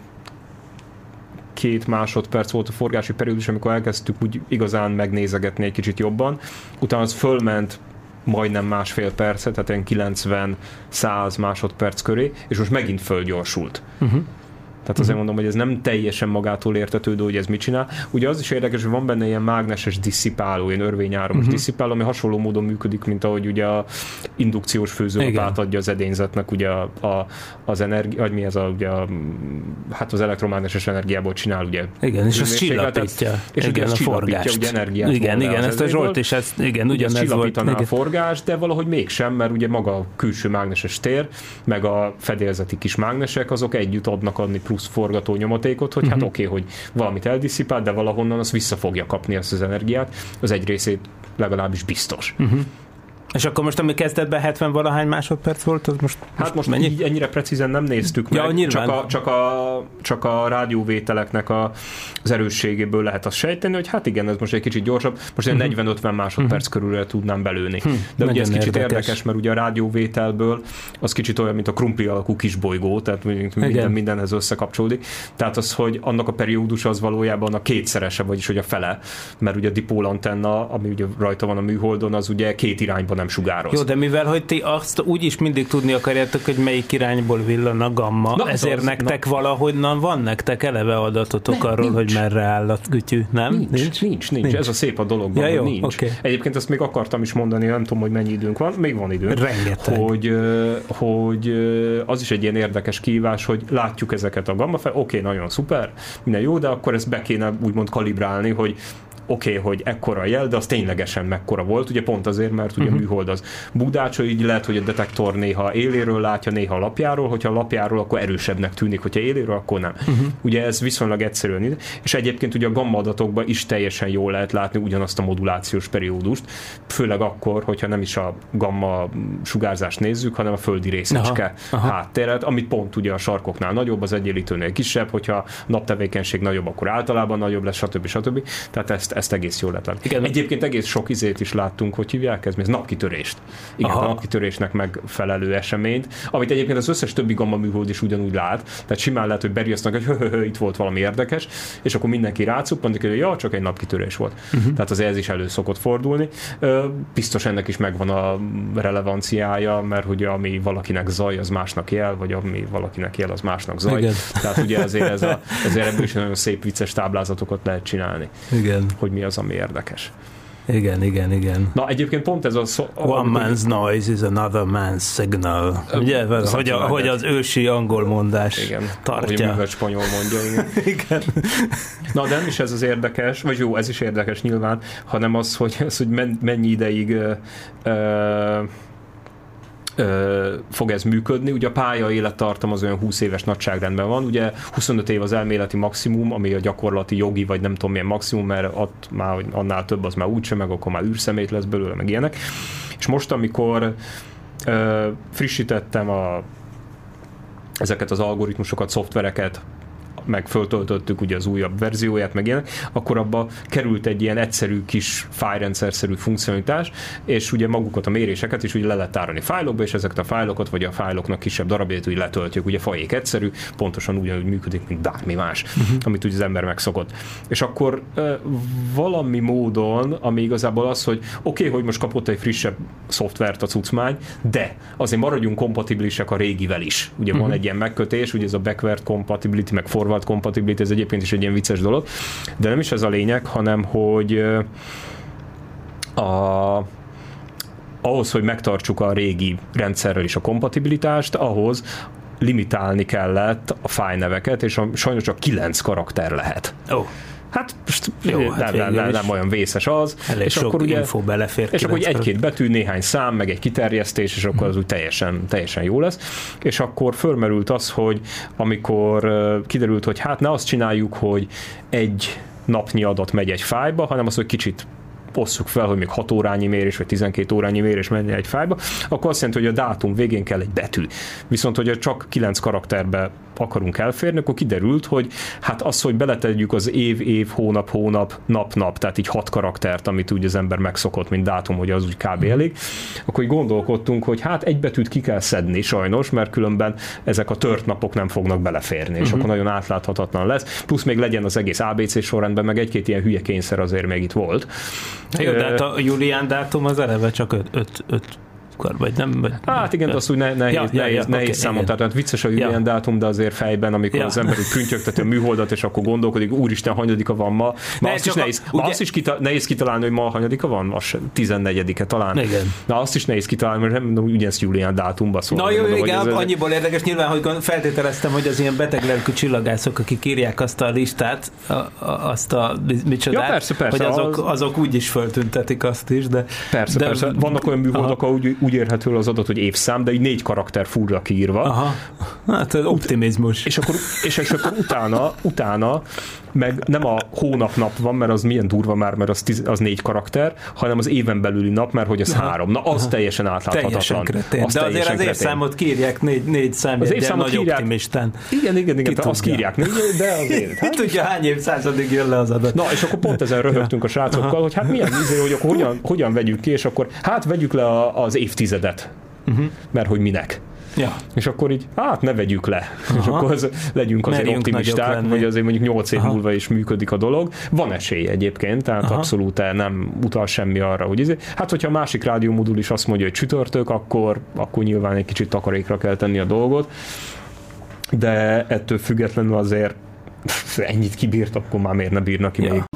F: másodperc volt a forgási periódus, amikor elkezdtük úgy igazán megnézegetni egy kicsit jobban. Utána az fölment majdnem másfél percet, tehát ilyen kilencven-száz másodperc köré, és most megint fölgyorsult. Uh-huh. Tehát azért mondom, hogy ez nem teljesen magától értetődő, hogy ez mit csinál. Ugye az is érdekes, hogy van benne ilyen mágneses disszipáló, ilyen örvényáramos uh-huh. disszipáló, ami hasonló módon működik, mint ahogy ugye a indukciós főzőnap átadja az edényzetnek ugye a, a, az energia, vagy mi ez a, ugye a, hát az elektromágneses energiából csinál, ugye.
E: Igen, és az csillapítja.
F: És igen, ugye a forgást. Ugye energiát
E: igen, igen, ezt a Zsolt is, ezt, igen, ugyanez volt.
F: A forgást, de valahogy mégsem, mert ugye maga a külső mágneses tér, meg a fedélzeti kis mágnesek, azok együtt adnak adni plusz forgató nyomatékot, hogy uh-huh. hát oké, okay, hogy valamit eldisszipál, de valahonnan az vissza fogja kapni ezt az energiát. Az egy részét legalábbis biztos. Uh-huh.
E: És akkor most, ami kezdetben hetven-valahány másodperc volt, az most,
F: hát most mennyi? Így ennyire precízen nem néztük ja, meg, csak a, csak, a, csak a rádióvételeknek a, az erősségéből lehet azt sejteni, hogy hát igen, ez most egy kicsit gyorsabb, most uh-huh. negyven-ötven másodperc uh-huh. körülre tudnám belőni. Uh-huh. De ugye ez kicsit érdekes. érdekes, mert ugye a rádióvételből az kicsit olyan, mint a krumpli alakú kisbolygó, tehát minden, mindenhez összekapcsolódik. Tehát az, hogy annak a periódus az valójában a kétszerese, vagyis hogy a fele, mert ugye a dipólantenna, ami ugye rajta van a műholdon, az ugye két irányban nem sugároz.
E: Jó, de mivel, hogy ti azt úgyis mindig tudni akarjátok, hogy melyik irányból villan a gamma, na, ezért az, nektek na. valahonnan van nektek eleve adatotok ne, arról, nincs. hogy merre áll a kütyű, nem?
F: Nincs, nincs, nincs. nincs. nincs. Ez a szép a dologban, ja, jó, hogy nincs. Okay. Egyébként ezt még akartam is mondani, nem tudom, hogy mennyi időnk van, még van időnk.
E: Rengeteg.
F: Hogy, hogy az is egy ilyen érdekes kihívás, hogy látjuk ezeket a gamma fel, oké, okay, nagyon szuper, minden jó, de akkor ezt be kéne úgymond kalibrálni, hogy oké, okay, hogy ekkora jel, de az ténylegesen mekkora volt, ugye pont azért, mert ugye uh-huh. műhold az bugdácsol, így lehet, hogy a detektor néha éléről látja, néha a lapjáról, hogyha a lapjáról, akkor erősebbnek tűnik, hogyha éléről, akkor nem. Uh-huh. Ugye ez viszonylag egyszerűen ide, és egyébként ugye a gamma adatokban is teljesen jól lehet látni ugyanazt a modulációs periódust, főleg akkor, hogyha nem is a gamma sugárzást nézzük, hanem a földi részecske háttéret, amit pont ugye a sarkoknál nagyobb, az egyenlítőnél kisebb, hogyha naptevékenység nagyobb, akkor általában nagyobb lesz, stb. stb. Tehát ezt ezt egész jól lehet látni. Egyébként egész sok izét is láttunk, hogy hívják ez, ez napkitörést. Igen, aha. a napkitörésnek megfelelő eseményt, amit egyébként az összes többi gamma műhold is ugyanúgy lát, tehát simán lehet, hogy berjasznak, hogy hö, hö, hö, itt volt valami érdekes, és akkor mindenki rácuppantik, hogy ja, csak egy napkitörés volt. Uh-huh. Tehát az ez is elő szokott fordulni. Biztos ennek is megvan a relevanciája, mert ugye ami valakinek zaj, az másnak jel, vagy ami valakinek jel, az másnak zaj. Igen. Tehát ugye azért ez a, azért ebből is nagyon szép vicces táblázatokat lehet csinálni.
E: Igen.
F: hogy mi az, ami érdekes.
E: Igen, igen, igen.
F: Na egyébként pont ez a... Szó,
E: One man's noise is another man's signal. Ugye, hogy, a, hogy az ősi angol mondás
F: igen,
E: tartja.
F: Igen, hogy a művelt spanyol mondja. Igen.
E: Igen.
F: Na, de nem is ez az érdekes, vagy jó, ez is érdekes nyilván, hanem az, hogy, az, hogy mennyi ideig uh, uh, uh, fog ez működni. Ugye a pálya élettartam az olyan húsz éves nagyságrendben van. Ugye huszonöt év az elméleti maximum, ami a gyakorlati jogi, vagy nem tudom milyen maximum, mert ott már annál több az már úgyse, meg akkor már űrszemét lesz belőle, meg ilyenek. És most, amikor uh, frissítettem a, ezeket az algoritmusokat, szoftvereket, meg föltöltöttük ugye az újabb verzióját, meg ilyenek, akkor abba került egy ilyen egyszerű kis fájlrendszerszerű funkcionalitás, és ugye magukat a méréseket is ugye le lehet tárolni fájlokba, és ezeket a fájlokat, vagy a fájloknak kisebb darabjait úgy letöltjük, ugye fajék egyszerű, pontosan ugyanúgy működik, mint bármi más, uh-huh. amit ugye az ember megszokott. És akkor uh, valami módon, ami igazából az, hogy oké, okay, hogy most kapott egy frissebb szoftvert a cuccmány, de azért maradjunk kompatibilisek a régivel is. Ugye uh-huh. van egy ilyen megkötés, ugye ez a backward compatibility, meg forward compatibility, ez egyébként is egy ilyen vicces dolog, de nem is ez a lényeg, hanem hogy a, ahhoz, hogy megtartsuk a régi rendszerrel is a kompatibilitást, ahhoz limitálni kellett a fájlneveket, és a, sajnos csak kilenc karakter lehet.
E: Oh.
F: Hát, jó, nem, hát nem, nem, nem olyan vészes az.
E: Elég
F: és
E: sok
F: akkor ugye,
E: info belefér.
F: És akkor egy-két betű, néhány szám, meg egy kiterjesztés, és akkor az úgy teljesen, teljesen jó lesz. És akkor fölmerült az, hogy amikor uh, kiderült, hogy hát ne azt csináljuk, hogy egy napnyi adat megy egy fájlba, hanem az, hogy kicsit osszuk fel, hogy még hat órányi mérés, vagy tizenkét órányi mérés menjen egy fájlba, akkor azt jelenti, hogy a dátum végén kell egy betű. Viszont, hogyha csak kilenc karakterbe akarunk elférni, akkor kiderült, hogy hát az, hogy beletegyük az év, év, hónap, hónap, nap, nap, tehát így hat karaktert, amit úgy az ember megszokott, mint dátum, hogy az úgy kb. Elég, akkor így gondolkodtunk, hogy hát egy betűt ki kell szedni sajnos, mert különben ezek a tört napok nem fognak beleférni, és uh-huh. akkor nagyon átláthatatlan lesz. Plusz még legyen az egész á bé cé sorrendben, meg egy-két ilyen hülye kényszer azért még itt volt.
E: Jó, de hát a Julián dátum az eleve csak öt, öt, öt vagy nem? Vagy
F: hát igen, azt úgy nehéz, ja, nehéz, ja, ja, nehéz okay, számon, tehát vicces a Julián ja. dátum, de azért fejben, amikor ja. az ember úgy prüntjögteti a műholdat, és akkor gondolkodik, úristen, hanyadika van ma. Ma azt is, nehéz, a, ma ugye... azt is kita, nehéz kitalálni, hogy ma hanyadika van, most tizennegyedike talán. Igen. Na azt is nehéz kitalálni, mert nem ugyanezt Julián dátumba szól.
E: Na jó, mondom, igen, ez annyiból érdekes, nyilván, hogy feltételeztem, hogy az ilyen beteglelkű csillagászok, akik írják azt a listát, a, a, azt a micsodát, ja, persze, persze, hogy azok, az... azok úgy is föltüntetik azt is, de...
F: Persze, de, persze. Vannak olyan műholdak, ahol úgy, úgy érhető az adat, hogy évszám, de így négy karakter furra kiírva.
E: Aha. Hát ez optimizmus.
F: És akkor, és, és akkor utána, utána meg nem a hónap-nap van, mert az milyen durva már, mert az, tiz, az négy karakter, hanem az éven belüli nap, mert hogy az aha. három. Na, az aha. teljesen átláthatatlan.
E: Teljesen de azért az évszámot kírják négy, négy számjegyen nagy kírják, optimistán.
F: Igen, igen, igen, azt kírják, de azért.
E: Hát tudja, hány évszázadig jön le az adat.
F: Na, és akkor pont ezen röhögtünk a srácokkal, aha. hogy hát milyen ízé, hogy akkor hogyan, hogyan vegyük ki, és akkor hát vegyük le a, az évtizedet. Uh-huh. Mert hogy minek. Ja. És akkor így, hát ne vegyük le. aha. És akkor az, legyünk azért merjünk optimisták, vagy azért mondjuk nyolc év aha. múlva is működik a dolog. Van esély egyébként, tehát aha. abszolút nem utal semmi arra, hogy ezért. Hát, hogyha a másik rádiómodul is azt mondja, hogy csütörtök, akkor, akkor nyilván egy kicsit takarékra kell tenni a dolgot. De ettől függetlenül azért ennyit kibírt, akkor már miért ne bírnak ki ja. még.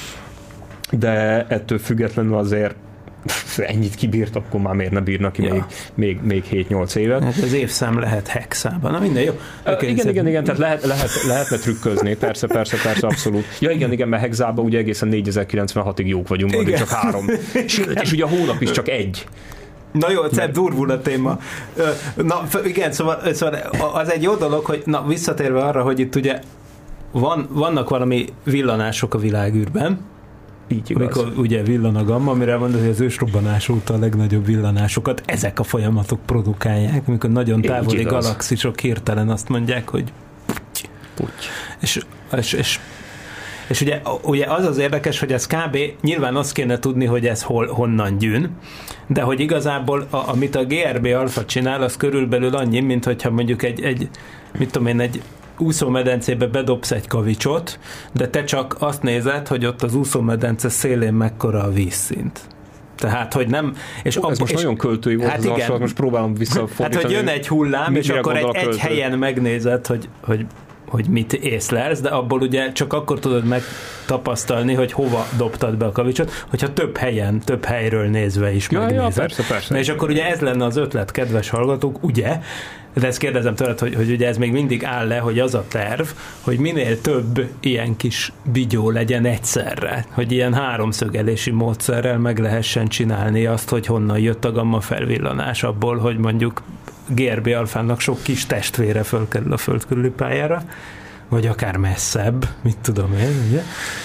F: De ettől függetlenül azért ennyit kibírt, akkor már miért ne bírnak ki ja. még, még, még hét-nyolc évet.
E: Hát az évszám lehet hexában. Na minden jó.
F: Okay, igen, igen, igen, tehát lehet, lehet, lehetne trükközni, persze, persze, persze, abszolút. Ja igen, igen, mert hexában ugye egészen négyezer-kilencvenhatig jók vagyunk, addig csak három. És ugye a hónap is csak egy.
E: Na jó, szebb durvul a téma. Na igen, szóval, szóval az egy jó dolog, hogy na, visszatérve arra, hogy itt ugye van, vannak valami villanások a világűrben, így igaz. Amikor ugye villan a gamma, amire mondod, hogy az ősrobbanás óta a legnagyobb villanásokat ezek a folyamatok produkálják, amikor nagyon távoli galaxisok hirtelen azt mondják, hogy puty. Puty. És, és, és, és ugye, ugye az az érdekes, hogy ez kb. Nyilván azt kéne tudni, hogy ez hol, honnan gyűn, de hogy igazából a, amit a gé er bé alfa csinál, az körülbelül annyi, mint hogyha mondjuk egy, egy mit tudom én, egy úszómedencébe bedobsz egy kavicsot, de te csak azt nézed, hogy ott az úszómedence szélén mekkora a vízszint. Tehát, hogy nem... És
F: Ó, ez ab, most és, nagyon költői volt, hát az alsót, most próbálom visszafordítani.
E: Hát, hogy jön egy hullám, és akkor egy, egy helyen megnézed, hogy, hogy hogy mit észlelsz, de abból ugye csak akkor tudod megtapasztalni, hogy hova dobtad be a kavicsot, hogyha több helyen, több helyről nézve is ja, megnézed.
F: Ja, persze, persze.
E: Na és akkor ugye ez lenne az ötlet, kedves hallgatók, ugye? De ezt kérdezem tőled, hogy, hogy ugye ez még mindig áll le, hogy az a terv, hogy minél több ilyen kis bigyó legyen egyszerre, hogy ilyen háromszögelési módszerrel meg lehessen csinálni azt, hogy honnan jött a gamma felvillanás abból, hogy mondjuk gé er bé alfának sok kis testvére fölkerül a föld körüli pályára, vagy akár messzebb, mit tudom én, ugye?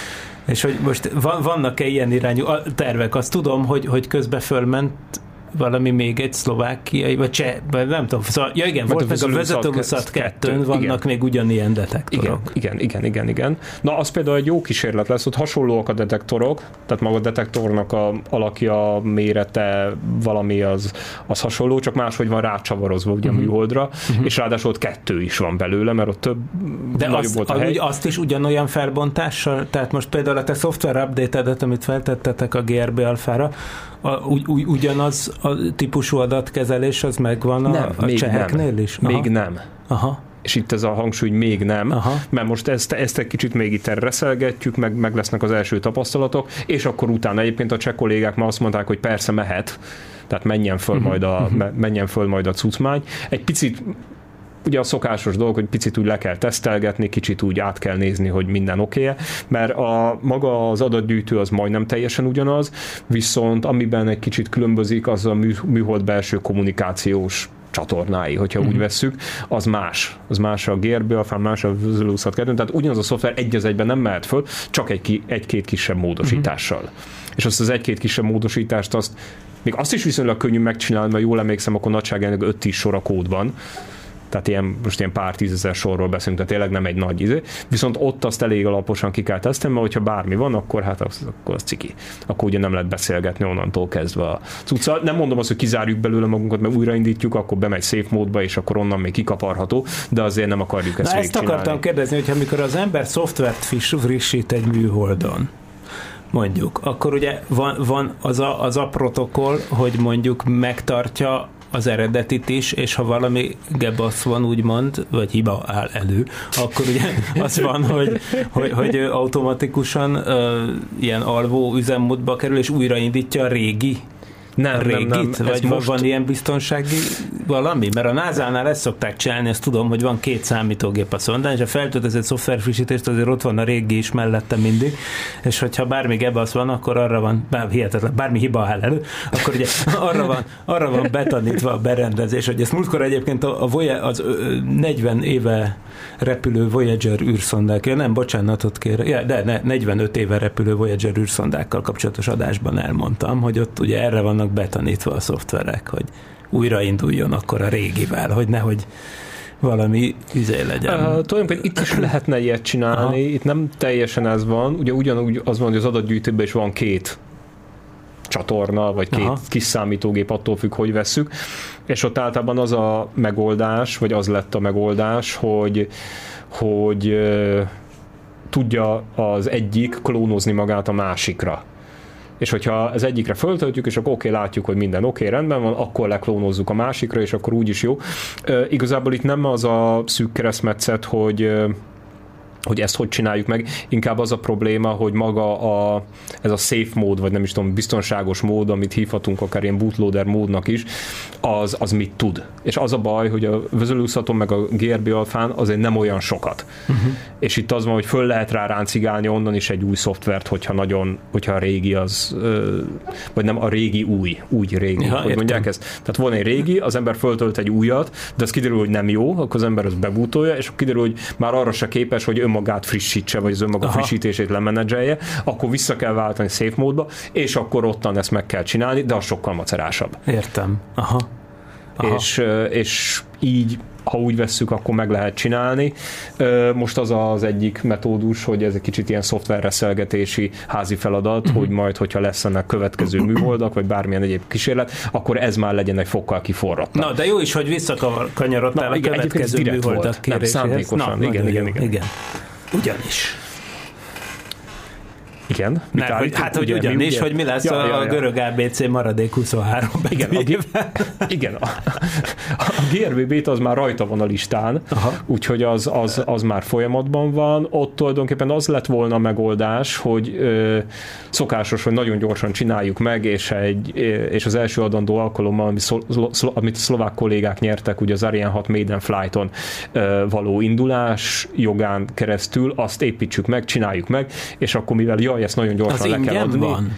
E: És hogy most vannak-e ilyen irányú tervek? Azt tudom, hogy, hogy közben fölment valami még egy szlovákiai, vagy cseh, vagy nem tudom, szóval, ja igen, volt meg a vezetőmuszat kettőn, vannak igen. még ugyanilyen detektorok.
F: Igen, igen, igen, igen, igen. Na, az például egy jó kísérlet lesz, ott hasonlóak a detektorok, tehát maga a detektornak a alakja, mérete, valami az, az hasonló, csak máshogy van rácsavarozva ugye uh-huh. a műholdra, uh-huh. és ráadásul ott kettő is van belőle, mert ott több
E: de azt, volt a hely. azt is ugyanolyan felbontással, tehát most például a te szoftver update-edet, amit feltettetek a gé er bé alfára, a, ugy, ugy, ugyanaz a típusú adatkezelés az megvan a,
F: nem,
E: a cseheknél
F: nem.
E: is?
F: Aha. Még nem.
E: Aha.
F: És itt ez a hangsúly, még nem, aha. mert most ezt, ezt egy kicsit még itt reszelgetjük, meg, meg lesznek az első tapasztalatok, és akkor utána egyébként a cseh kollégák már azt mondták, hogy persze mehet, tehát menjen föl, uh-huh. majd, a, menjen föl majd a cuccmány. Egy picit ugye a szokásos dolog, hogy picit úgy le kell tesztelgetni, kicsit úgy át kell nézni, hogy minden oké-e, mert a, maga az adatgyűjtő az majdnem teljesen ugyanaz, viszont amiben egy kicsit különbözik, az a mű, műhold belső kommunikációs csatornái, hogyha uh-huh. úgy vesszük, az más. Az más a gé er bé alfán, más a Veselosat kettőn, tehát ugyanaz a szoftver egy az egyben nem mehet föl, csak egy, egy-két kisebb módosítással. Uh-huh. És azt az egy-két kisebb módosítást, azt még azt is viszonylag könnyű megcsinálni, mert jól emlékszem, akkor nagyságában öt-tíz sor a kódban. Tehát ilyen, most ilyen pár tízezer sorról beszélünk, tehát tényleg nem egy nagy izé. Viszont ott azt elég alaposan ki kell tesztelni, mert hogyha bármi van, akkor hát az, akkor az ciki. Akkor ugye nem lehet beszélgetni onnantól kezdve a cuccal. Nem mondom azt, hogy kizárjuk belőle magunkat, mert újraindítjuk, akkor bemegy safe módba, és akkor onnan még kikaparható, de azért nem akarjuk ezt végigcsinálni.
E: Ezt akartam kérdezni, hogy amikor az ember szoftvert frissít egy műholdon, mondjuk, akkor ugye van, van az, a, az a protokoll, hogy mondjuk megtartja az eredetit is, és ha valami gebasz van, úgymond, vagy hiba áll elő, akkor ugye az van, hogy, hogy, hogy automatikusan uh, ilyen alvó üzemmódba kerül, és újraindítja a régi
F: Nem,
E: régit?
F: nem, nem.
E: Vagy
F: most...
E: van ilyen biztonsági valami? Mert a názánál ezt szokták csinálni, ezt tudom, hogy van két számítógép a szondán, és ha feltöltözött szoftverfrissítést, azért ott van a régi is mellette mindig, és hogyha bármi gebasz van, akkor arra van, bár hihetetlen, bármi hiba áll elő, akkor ugye arra van, arra van betanítva a berendezés, hogy ezt múltkor egyébként a, a Voyager, az negyven éve repülő Voyager űrszondák, ja nem, bocsánatot kérek, ja, de ne, negyvenöt éve repülő Voyager űrszondákkal kapcsolatos adásban elmondtam, hogy ott ugye erre vannak betanítva a szoftverek, hogy újrainduljon akkor a régivel, hogy nehogy valami izé legyen. Uh,
F: tulajdonképpen itt is lehetne ilyet csinálni, aha. Itt nem teljesen ez van, ugye ugyanúgy az van, hogy az adatgyűjtőben is van két csatorna, vagy két aha. kis számítógép, attól függ, hogy vesszük, és ott általában az a megoldás, vagy az lett a megoldás, hogy, hogy uh, tudja az egyik klónozni magát a másikra. És hogyha az egyikre föltöltjük, és akkor oké, okay, látjuk, hogy minden oké, okay, rendben van, akkor leklónozzuk a másikra, és akkor úgyis jó. Uh, igazából itt nem az a szűk keresztmetszet, hogy uh, hogy ezt hogy csináljuk meg, inkább az a probléma, hogy maga a, ez a safe mód, vagy nem is tudom, biztonságos mód, amit hívhatunk akár ilyen bootloader módnak is, az, az mit tud. És az a baj, hogy a Veseloszaton meg a gé er bé alfán azért nem olyan sokat. Uh-huh. És itt az van, hogy föl lehet rá ráncigálni onnan is egy új szoftvert, hogyha nagyon, hogyha a régi az, vagy nem a régi új, úgy régi, ja, hogy értem. Mondják ezt. Tehát van egy régi, az ember föltölt egy újat, de az kiderül, hogy nem jó, akkor az ember az bebootolja, és kiderül, hogy már arra se képes, hogy önmagát frissítse, vagy az önmaga aha. frissítését lemenedzselje, akkor vissza kell váltani safe módba, és akkor ottan ezt meg kell csinálni, de az sokkal macerásabb.
E: Értem. Aha. Aha.
F: És, és így, ha úgy vesszük, akkor meg lehet csinálni. Most az az egyik metódus, hogy ez egy kicsit ilyen szoftverreszelgetési házi feladat, uh-huh. hogy majd, hogyha lesz ennek következő műholdak, vagy bármilyen egyéb kísérlet, akkor ez már legyen egy fokkal kiforrattabb.
E: Na, de jó is, hogy visszakanyarodtál a következő műholdak kéréséhez.
F: Szándékosan,
E: Na,
F: igen, igen,
E: jó,
F: igen.
E: igen. Ugyanis.
F: Igen.
E: Mert, hogy, hát, hogy ugyanis, ugye, hogy mi lesz ja, a, ja, ja. görög á bé cé maradék huszonhárom
F: igen, a, igen, a, a gé er bé bét az már rajta van a listán, úgyhogy az, az, az már folyamatban van. Ott tulajdonképpen az lett volna a megoldás, hogy ö, szokásos, hogy nagyon gyorsan csináljuk meg, és, egy, és az első adandó alkalommal, amit, szlo, szlo, amit a szlovák kollégák nyertek, ugye az Ariane hat Maiden Flighton ö, való indulás jogán keresztül, azt építsük meg, csináljuk meg, és akkor mivel jaj, ezt nagyon gyorsan
E: az
F: le kell adni.
E: Van.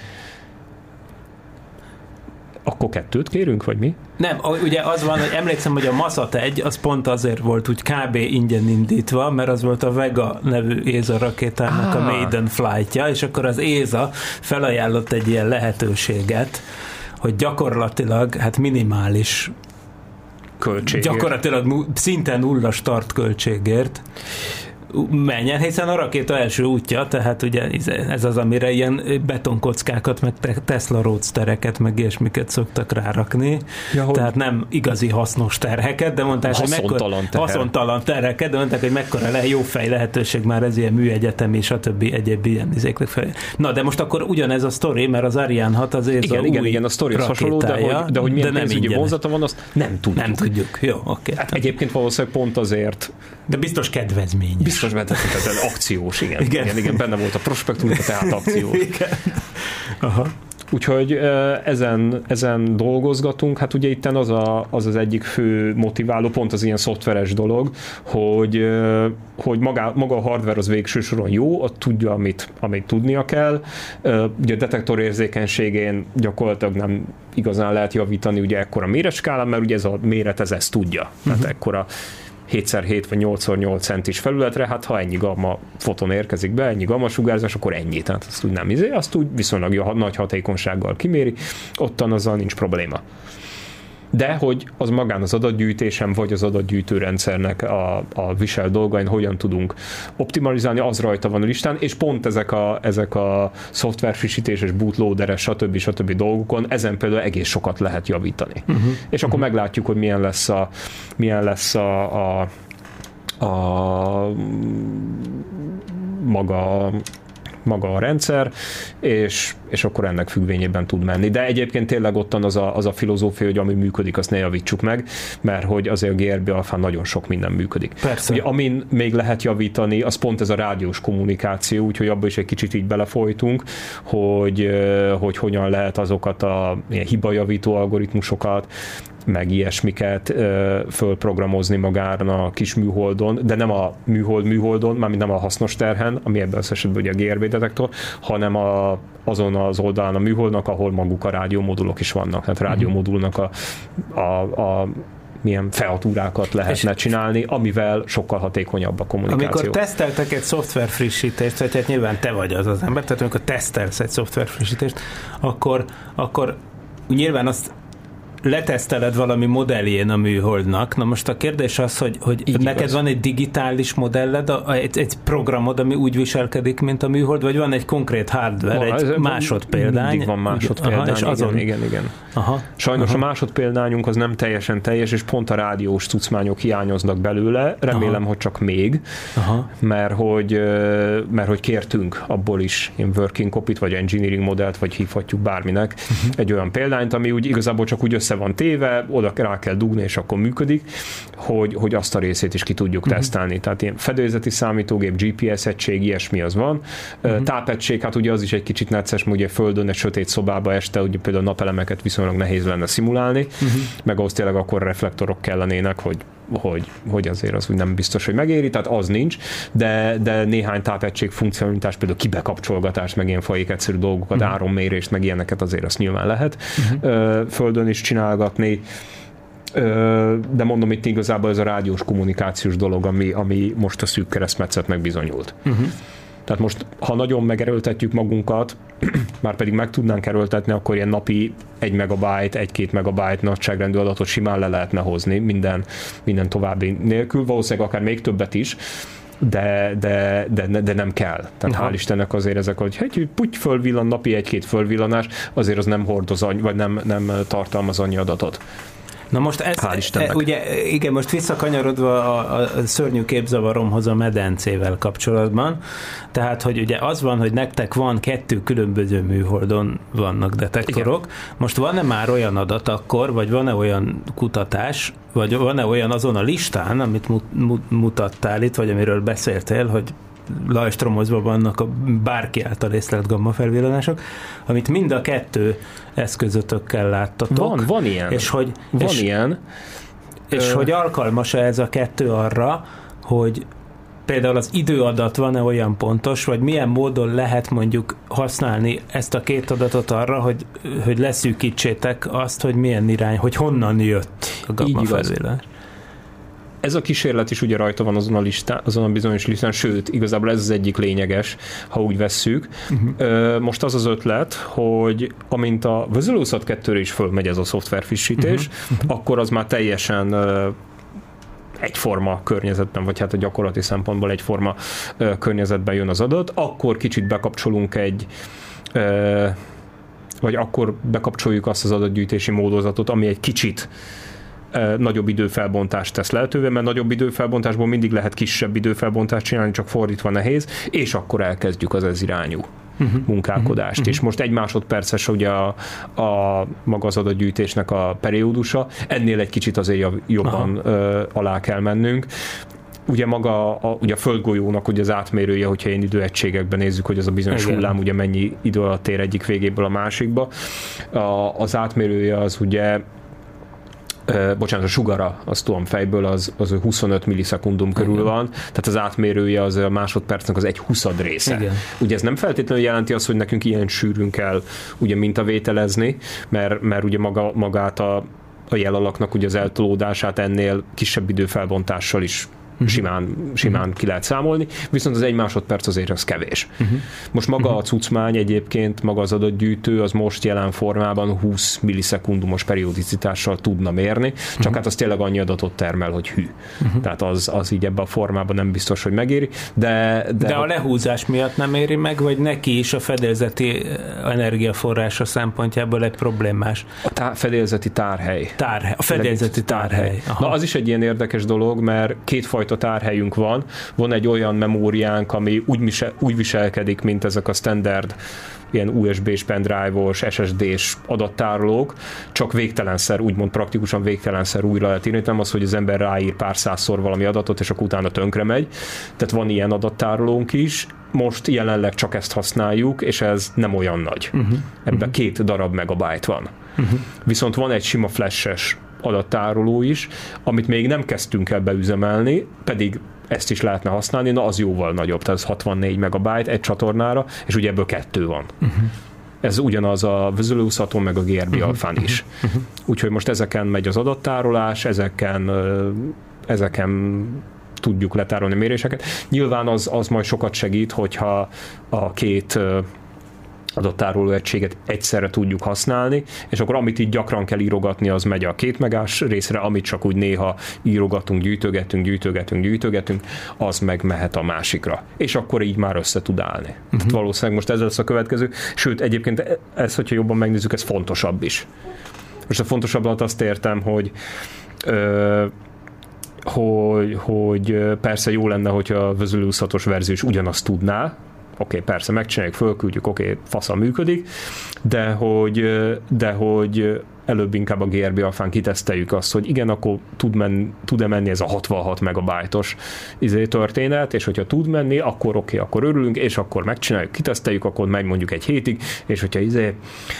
F: Akkor kettőt kérünk, vagy mi?
E: Nem, ugye az van, hogy emlékszem, hogy a Maszat egy, az pont azért volt úgy kb. Ingyen indítva, mert az volt a Vega nevű é es á rakétának ah. a Maiden flightja, és akkor az é es á felajánlott egy ilyen lehetőséget, hogy gyakorlatilag, hát minimális
F: költségért.
E: Gyakorlatilag szinte nulla startköltségért menjen, hiszen a rakéta első útja, tehát ugye ez az, amire ilyen betonkockákat, meg Tesla roadstereket, meg ilyesmiket szoktak rárakni. Ja, tehát nem igazi hasznos terheket, de mondták, hogy mekkora haszontalan terheket, de mondták, hogy mekkora le, jó fej lehetőség már ez ilyen műegyetemi, stb. Egyéb ilyen izéknek fel. Na, de most akkor ugyanez a sztori, mert az Ariane hat az ez
F: igen,
E: a
F: igen,
E: új
F: igen, a sztori az hasonló, de hogy, de hogy milyen pénzügyi vonzata van, azt nem tudjuk.
E: Nem tudjuk, jó, oké.
F: Hát egyébként valószínűleg pont azért.
E: De biztos kedvezmény.
F: Biztos kedvezmény, akciós, igen. Igen. igen. Igen, benne volt a prospektus, tehát akciós.
E: Igen. Aha.
F: Úgyhogy ezen, ezen dolgozgatunk, hát ugye itten az, a, az az egyik fő motiváló, pont az ilyen szoftveres dolog, hogy, hogy maga, maga a hardware az végső soron jó, ott tudja, amit, amit tudnia kell. Ugye a detektor érzékenységén gyakorlatilag nem igazán lehet javítani, ugye ekkora méretskálán, mert ugye ez a méret ez ezt tudja. Tehát uh-huh. ekkora hét szer hét vagy nyolc szer nyolc centis felületre, hát ha ennyi gamma foton érkezik be, ennyi gamma sugárzás, akkor ennyi. Tehát azt úgy nem izé, azt úgy viszonylag nagy hatékonysággal kiméri, ottan azzal nincs probléma. De hogy az magán az adatgyűjtésem, vagy az adatgyűjtőrendszernek a, a visel dolgain hogyan tudunk optimalizálni, az rajta van a listán, és pont ezek a, ezek a szoftverfrissítéses, bootloaderes, stb. stb. Dolgokon, ezen például egész sokat lehet javítani. Uh-huh. És akkor uh-huh. meglátjuk, hogy milyen lesz a, milyen lesz a, a, a maga maga a rendszer, és, és akkor ennek függvényében tud menni. De egyébként tényleg ottan az a, az a filozófia, hogy ami működik, azt ne javítsuk meg, mert hogy azért a gé er bé alfán nagyon sok minden működik.
E: Persze.
F: Ugye, amin még lehet javítani, az pont ez a rádiós kommunikáció, úgyhogy abban is egy kicsit így belefolytunk, hogy, hogy hogyan lehet azokat a ilyen hibajavító algoritmusokat, meg ilyesmiket ö, fölprogramozni magára a kis műholdon, de nem a műhold műholdon, mármint nem a hasznos terhen, ami ebben az esetben ugye a gé er bé detektor, hanem a, azon az oldalán a műholdnak, ahol maguk a rádiómodulok is vannak. Tehát rádiómodulnak a, a, a milyen featúrákat lehetne és csinálni, amivel sokkal hatékonyabb a kommunikáció.
E: Amikor teszteltek egy szoftverfrissítést, tehát nyilván te vagy az az ember, tehát amikor tesztelsz egy szoftverfrissítést, akkor, akkor nyilván azt leteszteled valami modelljén a műholdnak. Na most a kérdés az, hogy, hogy neked igaz. Van egy digitális modelled, egy, egy programod, ami úgy viselkedik, mint a műhold, vagy van egy konkrét hardware, van, egy másodpéldány?
F: Mindig van másodpéldány, aha, és azon... igen, igen, igen.
E: Aha,
F: Sajnos
E: aha.
F: a másodpéldányunk az nem teljesen teljes, és pont a rádiós cuccmányok hiányoznak belőle. Remélem, aha. hogy csak még, aha. mert hogy, mert hogy kértünk abból is ilyen working copy-t, vagy engineering modellt, vagy hívhatjuk bárminek, uh-huh. egy olyan példányt, ami úgy igazából csak úgy össze van téve, oda rá kell dugni, és akkor működik, hogy, hogy azt a részét is ki tudjuk uh-huh. tesztelni. Tehát ilyen fedélzeti számítógép, gé pé es egység, ilyesmi az van. Uh-huh. Tápegység, hát ugye az is egy kicsit necces, mert ugye földön egy sötét szobába este, ugye például napelemeket viszonylag nehéz lenne szimulálni, uh-huh. meg ahhoz tényleg akkor reflektorok kellenének, hogy Hogy, hogy azért az úgy nem biztos, hogy megéri, tehát az nincs, de, de néhány tápegység funkcionalitás, például kibekapcsolgatás, meg ilyen fajék egyszerű dolgokat, uh-huh. árommérést, meg ilyeneket azért azt nyilván lehet uh-huh. földön is csinálgatni, de mondom, itt igazából ez a rádiós kommunikációs dolog, ami, ami most a szűk keresztmetszetnek bizonyult. Uh-huh. Tehát most, ha nagyon megerőltetjük magunkat, már pedig meg tudnánk erőltetni, akkor ilyen napi egy megabyte, egy-két megabyte nagyságrendű adatot simán le lehetne hozni minden, minden további nélkül, valószínűleg akár még többet is, de, de, de, de nem kell. Tehát aha. hál' Istennek azért ezek, hogy egy puty fölvillan, napi egy-két fölvillanás, azért az nem hordoz, vagy nem, nem tartalmaz annyi adatot.
E: Na most ez, e, ugye, igen, most visszakanyarodva a, a szörnyű képzavaromhoz a medencével kapcsolatban, tehát, hogy ugye az van, hogy nektek van kettő különböző műholdon vannak detektorok, igen. Most van-e már olyan adat akkor, vagy van-e olyan kutatás, vagy van-e olyan azon a listán, amit mut, mutattál itt, vagy amiről beszéltél, hogy lajstromozva vannak a bárki által észlelt gamma felvillanások, amit mind a kettő eszközötökkel láttatok.
F: Van, van ilyen.
E: És hogy,
F: van
E: és,
F: ilyen.
E: És Ö... hogy alkalmas-e ez a kettő arra, hogy például az időadat van-e olyan pontos, vagy milyen módon lehet mondjuk használni ezt a két adatot arra, hogy, hogy leszűkítsétek azt, hogy milyen irány, hogy honnan jött a gamma felvillanás.
F: Ez a kísérlet is ugye rajta van azon a, listán, azon a bizonyos listán, sőt, igazából ez az egyik lényeges, ha úgy vesszük. Uh-huh. Most az az ötlet, hogy amint a Vesuvius kettőre is fölmegy ez a szoftverfrissítés, uh-huh. akkor az már teljesen egyforma környezetben, vagy hát a gyakorlati szempontból egyforma környezetben jön az adat, akkor kicsit bekapcsolunk egy vagy akkor bekapcsoljuk azt az adatgyűjtési módozatot, ami egy kicsit nagyobb időfelbontást tesz lehetővé, mert nagyobb időfelbontásból mindig lehet kisebb időfelbontást csinálni, csak fordítva nehéz, és akkor elkezdjük az ez irányú uh-huh. munkálkodást. Uh-huh. És most egy másodperces ugye a, a maga az adatgyűjtésnek a periódusa, ennél egy kicsit azért jobban uh, alá kell mennünk. Ugye maga a, ugye a földgolyónak ugye az átmérője, hogyha ilyen időegységekben nézzük, hogy az a bizonyos igen. hullám ugye mennyi idő alatt ér egyik végéből a másikba. A, az átmérője az ugye Uh, bocsánat, a sugara, azt tudom fejből, az, az huszonöt millisekundum igen. körül van, tehát az átmérője az a másodpercnek az egy huszad része. Igen. Ugye ez nem feltétlenül jelenti azt, hogy nekünk ilyen sűrűn kell ugye mintavételezni, mert, mert ugye maga, magát a, a jelalaknak ugye az eltolódását ennél kisebb időfelbontással is Uh-huh. simán, simán uh-huh. ki lehet számolni, viszont az egy másodperc azért az kevés. Uh-huh. Most maga uh-huh. a cuccmány egyébként, maga az adatgyűjtő, az most jelen formában húsz millisekundumos periodicitással tudna mérni, csak uh-huh. hát az tényleg annyi adatot termel, hogy hű. Uh-huh. Tehát az, az így ebben a formában nem biztos, hogy megéri. De, de,
E: de a lehúzás miatt nem éri meg, vagy neki is a fedélzeti energiaforrása szempontjából egy problémás?
F: A tá- fedélzeti tárhely.
E: Tárhely. A fedélzeti tárhely.
F: Na az is egy ilyen érdekes dolog, mert kétfajta tárhelyünk van. Van egy olyan memóriánk, ami úgy, misel, úgy viselkedik, mint ezek a standard ilyen u es bé-s, pendrive-os, es es dés adattárolók, csak végtelenszer, úgymond praktikusan végtelenszer újra lehet írni, nem az, hogy az ember ráír pár százszor valami adatot, és akkor utána tönkre megy. Tehát van ilyen adattárolónk is. Most jelenleg csak ezt használjuk, és ez nem olyan nagy. Uh-huh. Ebben uh-huh. két darab megabyte van. Uh-huh. Viszont van egy sima flash-es adattároló is, amit még nem kezdtünk el beüzemelni, pedig ezt is lehetne használni, na az jóval nagyobb, tehát ez hatvannégy megabyte egy csatornára, és ugye ebből kettő van. Uh-huh. Ez ugyanaz a Vesuvius Atom meg a gé er bé uh-huh. alfán is. Uh-huh. Úgyhogy most ezeken megy az adattárolás, ezeken, ezeken tudjuk letárolni méréseket. Nyilván az, az majd sokat segít, hogyha a két adattároló egységet egyszerre tudjuk használni, és akkor amit így gyakran kell írogatni, az megy a két megás részre, amit csak úgy néha írogatunk, gyűjtögetünk, gyűjtögetünk, gyűjtögetünk, az meg mehet a másikra. És akkor így már össze tud állni. Uh-huh. Tehát valószínűleg most ez lesz a következő. Sőt, egyébként ez, hogyha jobban megnézzük, ez fontosabb is. Most a fontosabb alatt azt értem, hogy ö, hogy, hogy persze jó lenne, hogyha a Vesuvius hatos verzió is ugyanazt tudná, oké, okay, persze, megcsináljuk, fölküldjük, oké, okay, faszal működik, de hogy, de hogy előbb inkább a gé er bé alfán kiteszteljük azt, hogy igen, akkor tud men, tud-e menni ez a hatvanhat megabájtos izé történet, és hogyha tud menni, akkor oké, okay, akkor örülünk, és akkor megcsináljuk, kiteszteljük, akkor megy mondjuk egy hétig, és hogyha izé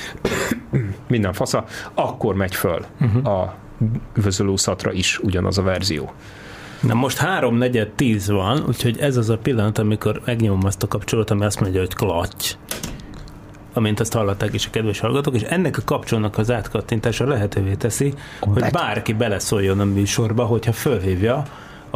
F: minden fasza, akkor megy föl uh-huh. a Vesuvius hatra is ugyanaz a verzió.
E: Na most három negyed tíz van, úgyhogy ez az a pillanat, amikor megnyomom azt a kapcsolót, ami azt mondja, hogy klatty, amint azt hallották is a kedves hallgatók, és ennek a kapcsolónak az átkattintása lehetővé teszi, a hogy bet- bárki beleszóljon a műsorba, hogyha fölhívja a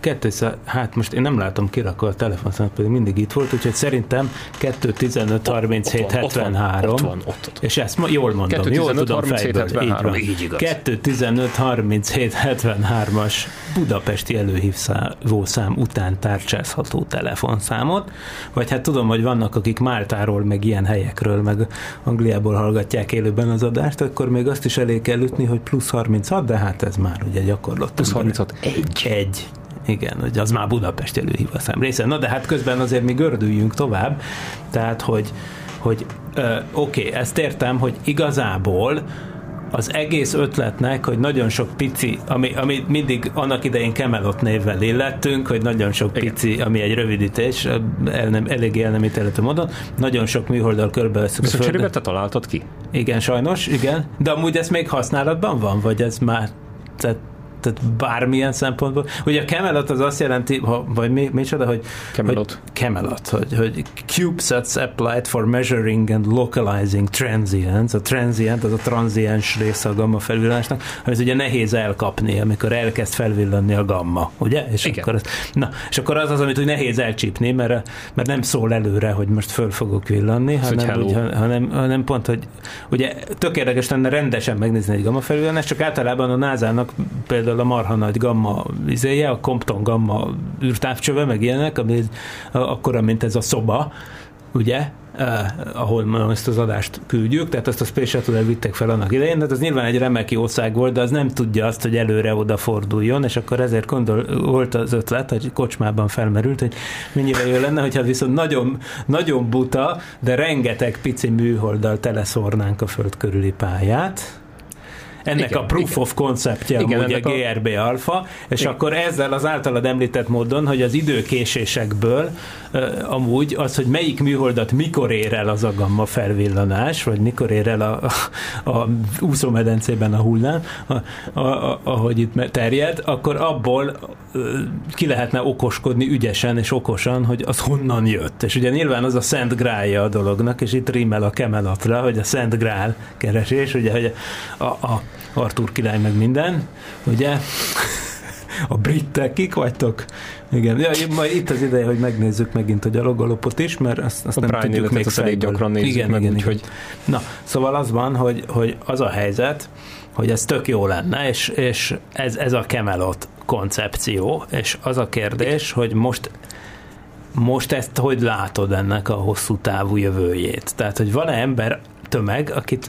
E: kettőszáz, hát most én nem látom kirakva a telefonszámot, pedig mindig itt volt, úgyhogy szerintem kettő tizenöt harminchét hetvenhárom.
F: Ott van, ott van, ott.
E: És ezt jól mondom, jól tudom fejből. Így van.
F: Így igaz.
E: kettő tizenöt harminchét hetvenhármas budapesti előhívószám után tárcsázható telefonszámot, vagy hát tudom, hogy vannak, akik Máltáról, meg ilyen helyekről, meg Angliából hallgatják élőben az adást, akkor még azt is elég kell ütni, hogy plusz harminchat, de hát ez már ugye gyakorlott.
F: plusz harminchat egy.
E: Egy. Igen, hogy az már Budapest előhívószám része. Na de hát közben azért mi gördüljünk tovább, tehát hogy, hogy ö, oké, okay, ezt értem, hogy igazából az egész ötletnek, hogy nagyon sok pici, ami, ami mindig annak idején Camelot névvel illettünk, hogy nagyon sok pici, ami egy rövidítés, el nem, eléggé el nem ítélhető módon, nagyon sok műholddal körbevesszük a
F: Földön. Cserébe te találtad ki?
E: Igen, sajnos, igen. De amúgy ez még használatban van, vagy ez már... Tehát, tehát bármilyen szempontból. Ugye a Camelot az azt jelenti, ha, vagy mi, micsoda, hogy
F: Camelot.
E: Hogy, Camelot, hogy, hogy CubeSats applied for measuring and localizing transients. A transient, az a tranziens része a gamma felvillanásnak, ez ugye nehéz elkapni, amikor elkezd felvillanni a gamma, ugye? És
F: igen.
E: akkor, az, na, és akkor az az, amit úgy nehéz elcsípni, mert, mert nem szól előre, hogy most föl fogok villanni, ez hanem, úgy, hanem, hanem pont, hogy ugye tök érdekes lenne rendesen megnézni egy gamma felvillanást, csak általában a nászának például a marha nagy gamma izéje, a Compton gamma űrtávcsöve, meg ilyenek, ami akkora, mint ez a szoba, ugye, eh, ahol ezt az adást küldjük, tehát azt a Space Shuttle-el vitték fel annak idején, tehát az nyilván egy remek jószág volt, de az nem tudja azt, hogy előre odaforduljon, és akkor ezért gondol, volt az ötlet, hogy kocsmában felmerült, hogy mennyire jó lenne, hogyha viszont nagyon, nagyon buta, de rengeteg pici műholddal teleszórnánk a Föld körüli pályát. Ennek igen, a proof igen. of conceptje amúgy a gé er bé alfa, és igen. akkor ezzel az általad említett módon, hogy az időkésésekből uh, amúgy az, hogy melyik műholdat mikor ér el az a gamma felvillanás, vagy mikor ér el a, a, a úszómedencében a hullám, a, a, a, ahogy itt terjed, akkor abból uh, ki lehetne okoskodni ügyesen és okosan, hogy az honnan jött. És ugye nyilván az a Szent Grálja a dolognak, és itt rímel a Camelotra, hogy a Szent Grál keresés, ugye, hogy a, a Arthur király meg minden, ugye? A britek, kik vagytok? Igen, ja, majd itt az ideje, hogy megnézzük megint a gyalogalopot is, mert azt, azt nem tudjuk még
F: elég gyakran nézzük
E: igen,
F: meg,
E: igen,
F: úgyhogy...
E: Na, szóval az van, hogy, hogy az a helyzet, hogy ez tök jó lenne, és, és ez, ez a Camelot koncepció, és az a kérdés, hogy most most ezt hogy látod ennek a hosszú távú jövőjét? Tehát, hogy van-e ember tömeg, akit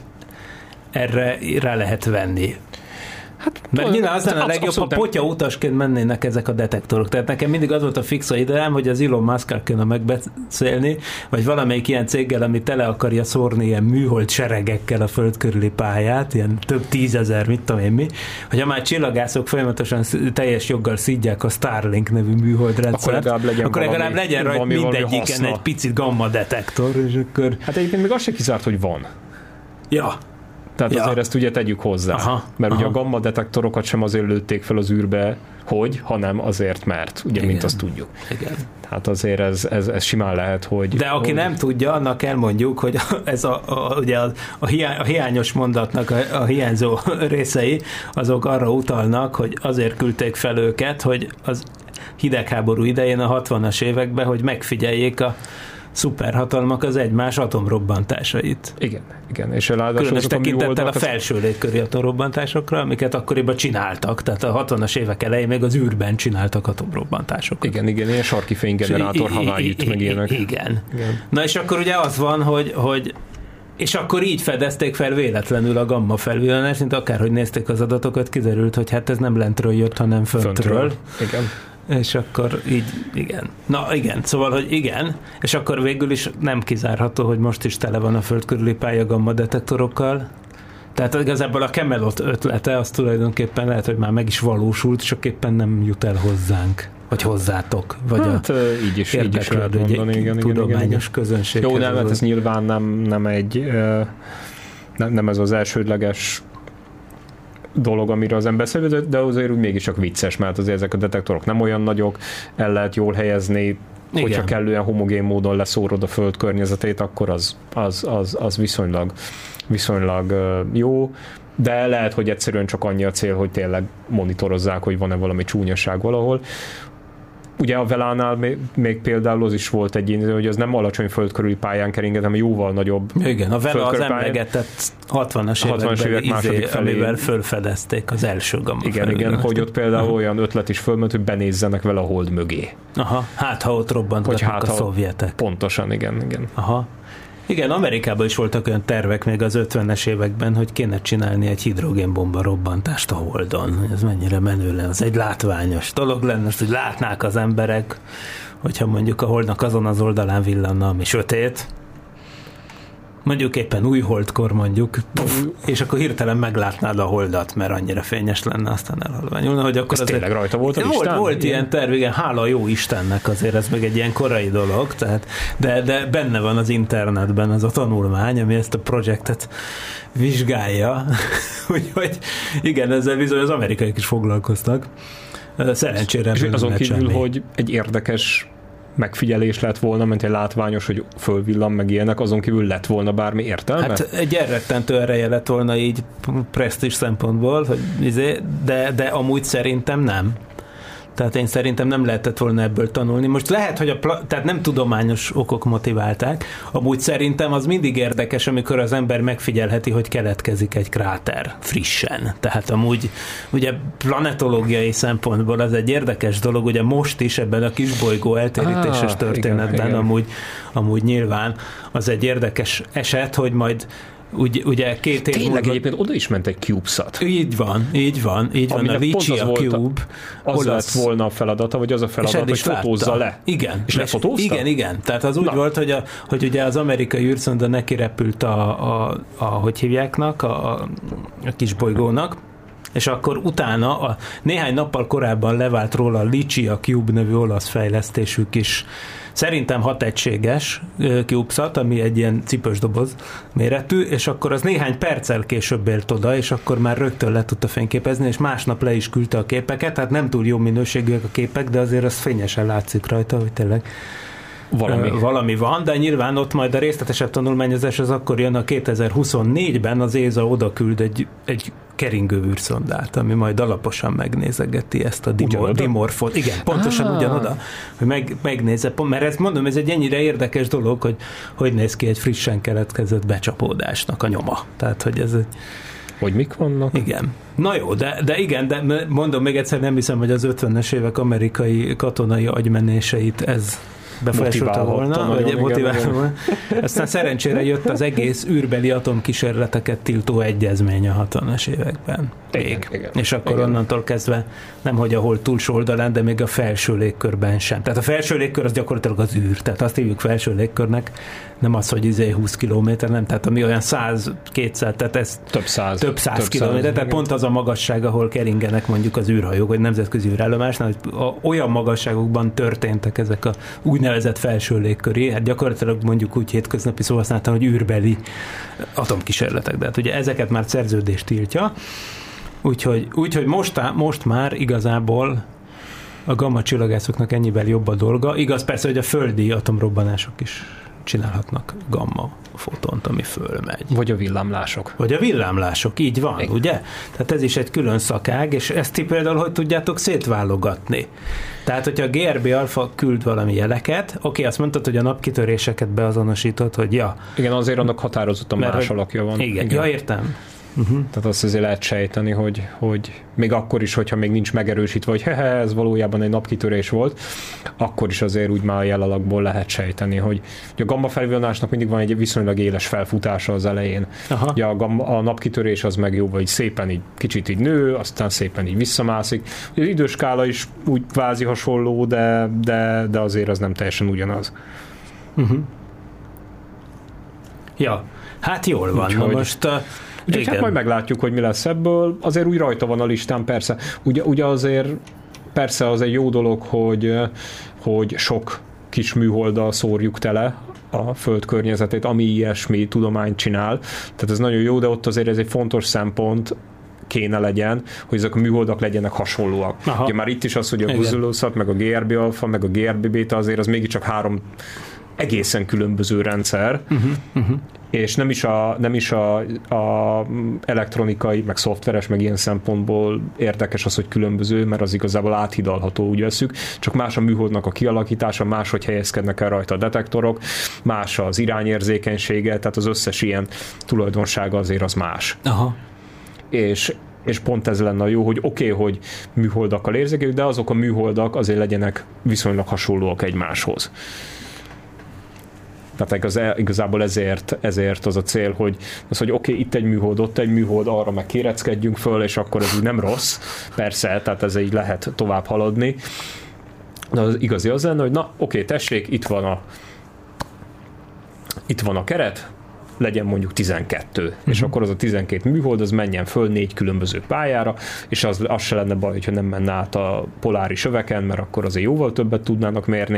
E: erre rá lehet venni. Hát, mert nyilván aztán a legjobb, ha potya utasként mennének ezek a detektorok. Tehát nekem mindig az volt a fixa ideám, hogy az Elon Musk-kal kéne megbeszélni, vagy valamelyik ilyen céggel, ami tele akarja szórni ilyen műhold seregekkel a föld körüli pályát, ilyen több tízezer, mit tudom én mi, hogy ha már csillagászok folyamatosan teljes joggal szidják a Starlink nevű műholdrendszert, akkor legalább legyen, akkor legalább valami, legyen rajta mindegyiken egy picit gamma detektor, és akkor...
F: Hát egyébként még az se kizárt, hogy van.
E: Ja.
F: Tehát ja. azért ezt ugye tegyük hozzá. Aha, mert aha. ugye a gamma detektorokat sem azért lőtték fel az űrbe, hogy, hanem azért, mert, ugye, igen. mint azt tudjuk.
E: Igen.
F: Tehát azért ez, ez, ez simán lehet, hogy...
E: De aki
F: hogy...
E: nem tudja, annak elmondjuk, hogy ez a, a, ugye a, a, hiány, a hiányos mondatnak a, a hiányzó részei, azok arra utalnak, hogy azért küldték fel őket, hogy az hidegháború idején a hatvanas években, hogy megfigyeljék a szuperhatalmak az egymás atomrobbantásait.
F: Igen, igen. És
E: különös tekintettel a felső légköri atomrobbantásokra, amiket akkoriban csináltak, tehát a hatvanas évek elején még az űrben csináltak atomrobbantásokat.
F: Igen, igen, ilyen sarki fénygenerátor Hawaii-t meg ilyenek.
E: Igen. igen. Na és akkor ugye az van, hogy, hogy és akkor így fedezték fel véletlenül a gamma felvillanást, mint akárhogy nézték az adatokat, kiderült, hogy hát ez nem lentről jött, hanem föntről. föntről.
F: Igen.
E: És akkor így, igen. Na igen, szóval, hogy igen, és akkor végül is nem kizárható, hogy most is tele van a föld körüli pálya gamma detektorokkal. Tehát igazából a Camelot ötlete, az tulajdonképpen lehet, hogy már meg is valósult, csak éppen nem jut el hozzánk. Vagy hozzátok. Vagy
F: hát a így is, így is lehet mondani. Igen,
E: tudományos
F: igen, igen.
E: közönséghez.
F: Jó, nem, hát ez nyilván nem, nem egy nem, nem ez az elsődleges dolog, amiről az ember beszél, de azért úgy mégis csak vicces, mert azért ezek a detektorok nem olyan nagyok, el lehet jól helyezni, igen. hogyha kellően homogén módon leszórod a föld környezetét, akkor az, az, az, az viszonylag, viszonylag jó, de lehet, hogy egyszerűen csak annyi a cél, hogy tényleg monitorozzák, hogy van-e valami csúnyaság valahol. ugye a Velánál még, még például az is volt egy ilyen, hogy az nem alacsony földkörüli pályán keringett, hanem jóval nagyobb.
E: Igen, a Vela az emlegetett hatvanas évek második felé, amivel fölfedezték az első gamma.
F: Igen, igen, hogy ott például Aha. olyan ötlet is fölment, hogy benézzenek vele a hold mögé.
E: Aha, hát ha ott robbantgatnak hát, a szovjetek.
F: Pontosan, igen, igen.
E: Aha. Igen, Amerikában is voltak olyan tervek még az ötvenes években, hogy kéne csinálni egy hidrogénbomba robbantást a Holdon. Ez mennyire menő lenne, ez egy látványos dolog lenne, hogy látnák az emberek, hogyha mondjuk a Holdnak azon az oldalán villanna, ami sötét, mondjuk éppen új holdkor mondjuk, puff, és akkor hirtelen meglátnád a holdat, mert annyira fényes lenne, aztán elhalványulna, hogy akkor
F: ez tényleg rajta volt a listán?
E: Volt, volt ilyen terv, igen, hála jó Istennek, azért ez még egy ilyen korai dolog, tehát, de, de benne van az internetben az a tanulmány, ami ezt a projektet vizsgálja, úgyhogy igen, ezzel bizony az amerikaiak is foglalkoztak. Szerencsére.
F: És azon kívül, semmi. Hogy egy érdekes megfigyelés lett volna, mint egy látványos, hogy fölvillan meg ilyenek, azon kívül lett volna bármi értelme?
E: Hát egy elrettentő ereje lett volna így presztízs szempontból, hogy izé, de, de amúgy szerintem nem. Tehát én szerintem nem lehetett volna ebből tanulni. Most lehet, hogy a pla- tehát nem tudományos okok motiválták, amúgy szerintem az mindig érdekes, amikor az ember megfigyelheti, hogy keletkezik egy kráter frissen. Tehát amúgy ugye planetológiai szempontból az egy érdekes dolog, ugye most is ebben a kisbolygó eltérítéses ah, történetben igen, igen. Amúgy, amúgy nyilván az egy érdekes eset, hogy majd Ugye, ugye két év
F: Tényleg
E: múlva...
F: egyébként oda is ment egy CubeSat.
E: Így van, így van, így van. A Lichia Cube.
F: Az olasz... lett volna a feladata, vagy az a feladat, hogy fotózza látta. Le.
E: Igen.
F: És lefotózta?
E: Igen, igen. Tehát az úgy Na. volt, hogy, a, hogy ugye az amerikai űrszonda neki repült a, a, a hogy hívjáknak, a, a, a kis bolygónak, és akkor utána a, néhány nappal korábban levált róla a Lichia Cube nevű olasz fejlesztésű kis szerintem hat egységes CubeSat, ami egy ilyen cipős doboz méretű, és akkor az néhány perccel később ért oda, és akkor már rögtön le tudta fényképezni, és másnap le is küldte a képeket, tehát nem túl jó minőségűek a képek, de azért az fényesen látszik rajta, hogy tényleg valami. valami van, de nyilván ott majd a részletesebb tanulmányozás az akkor jön a kétezer-huszonnégyben az é es á oda küld egy, egy keringő űrszondát, ami majd alaposan megnézegeti ezt a dimor, dimorfot. Igen, pontosan ah. ugyanoda, hogy meg, megnézze, mert ezt mondom, ez egy ennyire érdekes dolog, hogy hogy néz ki egy frissen keletkezett becsapódásnak a nyoma. Tehát, hogy ez egy...
F: Hogy mik vannak?
E: Igen. Na jó, de, de igen, de mondom még egyszer, nem hiszem, hogy az ötvenes évek amerikai katonai agymenéseit ez befolyásolta volna, vagy motiválta volna. Aztán szerencsére jött az egész űrbeli atomkísérleteket tiltó egyezmény a hatvanas években.
F: Igen, igen,
E: és akkor
F: igen.
E: onnantól kezdve nem, hogy a hold túlsó oldalán, de még a felső légkörben sem. Tehát a felső légkör az gyakorlatilag az űr. Tehát azt hívjuk felső légkörnek, nem az, hogy izé húsz kilométer, nem, tehát ami olyan száz-kétszáz, tehát ez
F: több száz,
E: több száz több kilométer, száz, tehát igen. Pont az a magasság, ahol keringenek mondjuk az űrhajók, vagy nemzetközi űrállomásnál, hogy a, olyan magasságokban történtek ezek a úgynevezett felső légköri, hát gyakorlatilag mondjuk úgy hétköznapi szó használtam, hogy űrbeli atomkísérletek, de hát ugye ezeket már szerződés tiltja, úgyhogy, úgyhogy most, most már igazából a gamma csillagászoknak ennyivel jobb a dolga. Igaz persze, hogy a földi atomrobbanások is csinálhatnak gamma fotont, ami fölmegy.
F: Vagy a villámlások.
E: Vagy a villámlások, így van, igen. Ugye? Tehát ez is egy külön szakág, és ezt ti például hogy tudjátok szétválogatni? Tehát, hogyha a gé er bé alfa küld valami jeleket, oké, azt mondtad, hogy a napkitöréseket beazonosítod, hogy ja.
F: Igen, azért annak határozottan más hogy, alakja van.
E: Igen, igen. Ja, értem. Uh-huh.
F: Tehát azt azért lehet sejteni, hogy, hogy még akkor is, hogyha még nincs megerősítve, hogy hehe, ez valójában egy napkitörés volt, akkor is azért úgy már a jelalakból lehet sejteni, hogy, hogy a gamma felvillanásnak mindig van egy viszonylag éles felfutása az elején. Ugye a, gamma, a napkitörés az meg jó, vagy szépen így kicsit így nő, aztán szépen így visszamászik. Az időskála is úgy kvázi hasonló, de, de, de azért az nem teljesen ugyanaz.
E: Uh-huh. Ja, hát jól van.
F: Úgyhogy, most... Uh... Úgyhogy hát majd meglátjuk, hogy mi lesz ebből. Azért úgy rajta van a listán, persze. Ugye, ugye azért persze az egy jó dolog, hogy, hogy sok kis műholddal szórjuk tele a Föld környezetét, ami ilyesmi tudományt csinál. Tehát ez nagyon jó, de ott azért ez egy fontos szempont kéne legyen, hogy ezek a műholdak legyenek hasonlóak. Aha. Ugye már itt is az, hogy a Buzulosat, meg a gé er bé alfa, meg a gé er bé beta azért az mégiscsak három egészen különböző rendszer, uh-huh, uh-huh. és nem is, a, nem is a, a elektronikai, meg szoftveres, meg ilyen szempontból érdekes az, hogy különböző, mert az igazából áthidalható, úgy veszük, csak más a műholdnak a kialakítása, máshogy helyezkednek el rajta a detektorok, más az irányérzékenysége, tehát az összes ilyen tulajdonsága azért az más. Aha. És és pont ez lenne jó, hogy oké, okay, hogy műholdakkal érzékeljük, de azok a műholdak azért legyenek viszonylag hasonlóak egymáshoz. Tehát igazából ezért, ezért az a cél, hogy, az, hogy oké, okay, itt egy műhold, ott egy műhold, arra meg kéreckedjünk föl, és akkor ez úgy nem rossz. Persze, tehát ez így lehet tovább haladni. De az igazi az lenne, hogy na, oké, okay, tessék, itt van a itt van a keret, legyen mondjuk tizenkettő, uh-huh. és akkor az a tizenkét műhold, az menjen föl négy különböző pályára, és az, az se lenne baj, hogyha nem menne át a poláris öveken, mert akkor azért jóval többet tudnának mérni.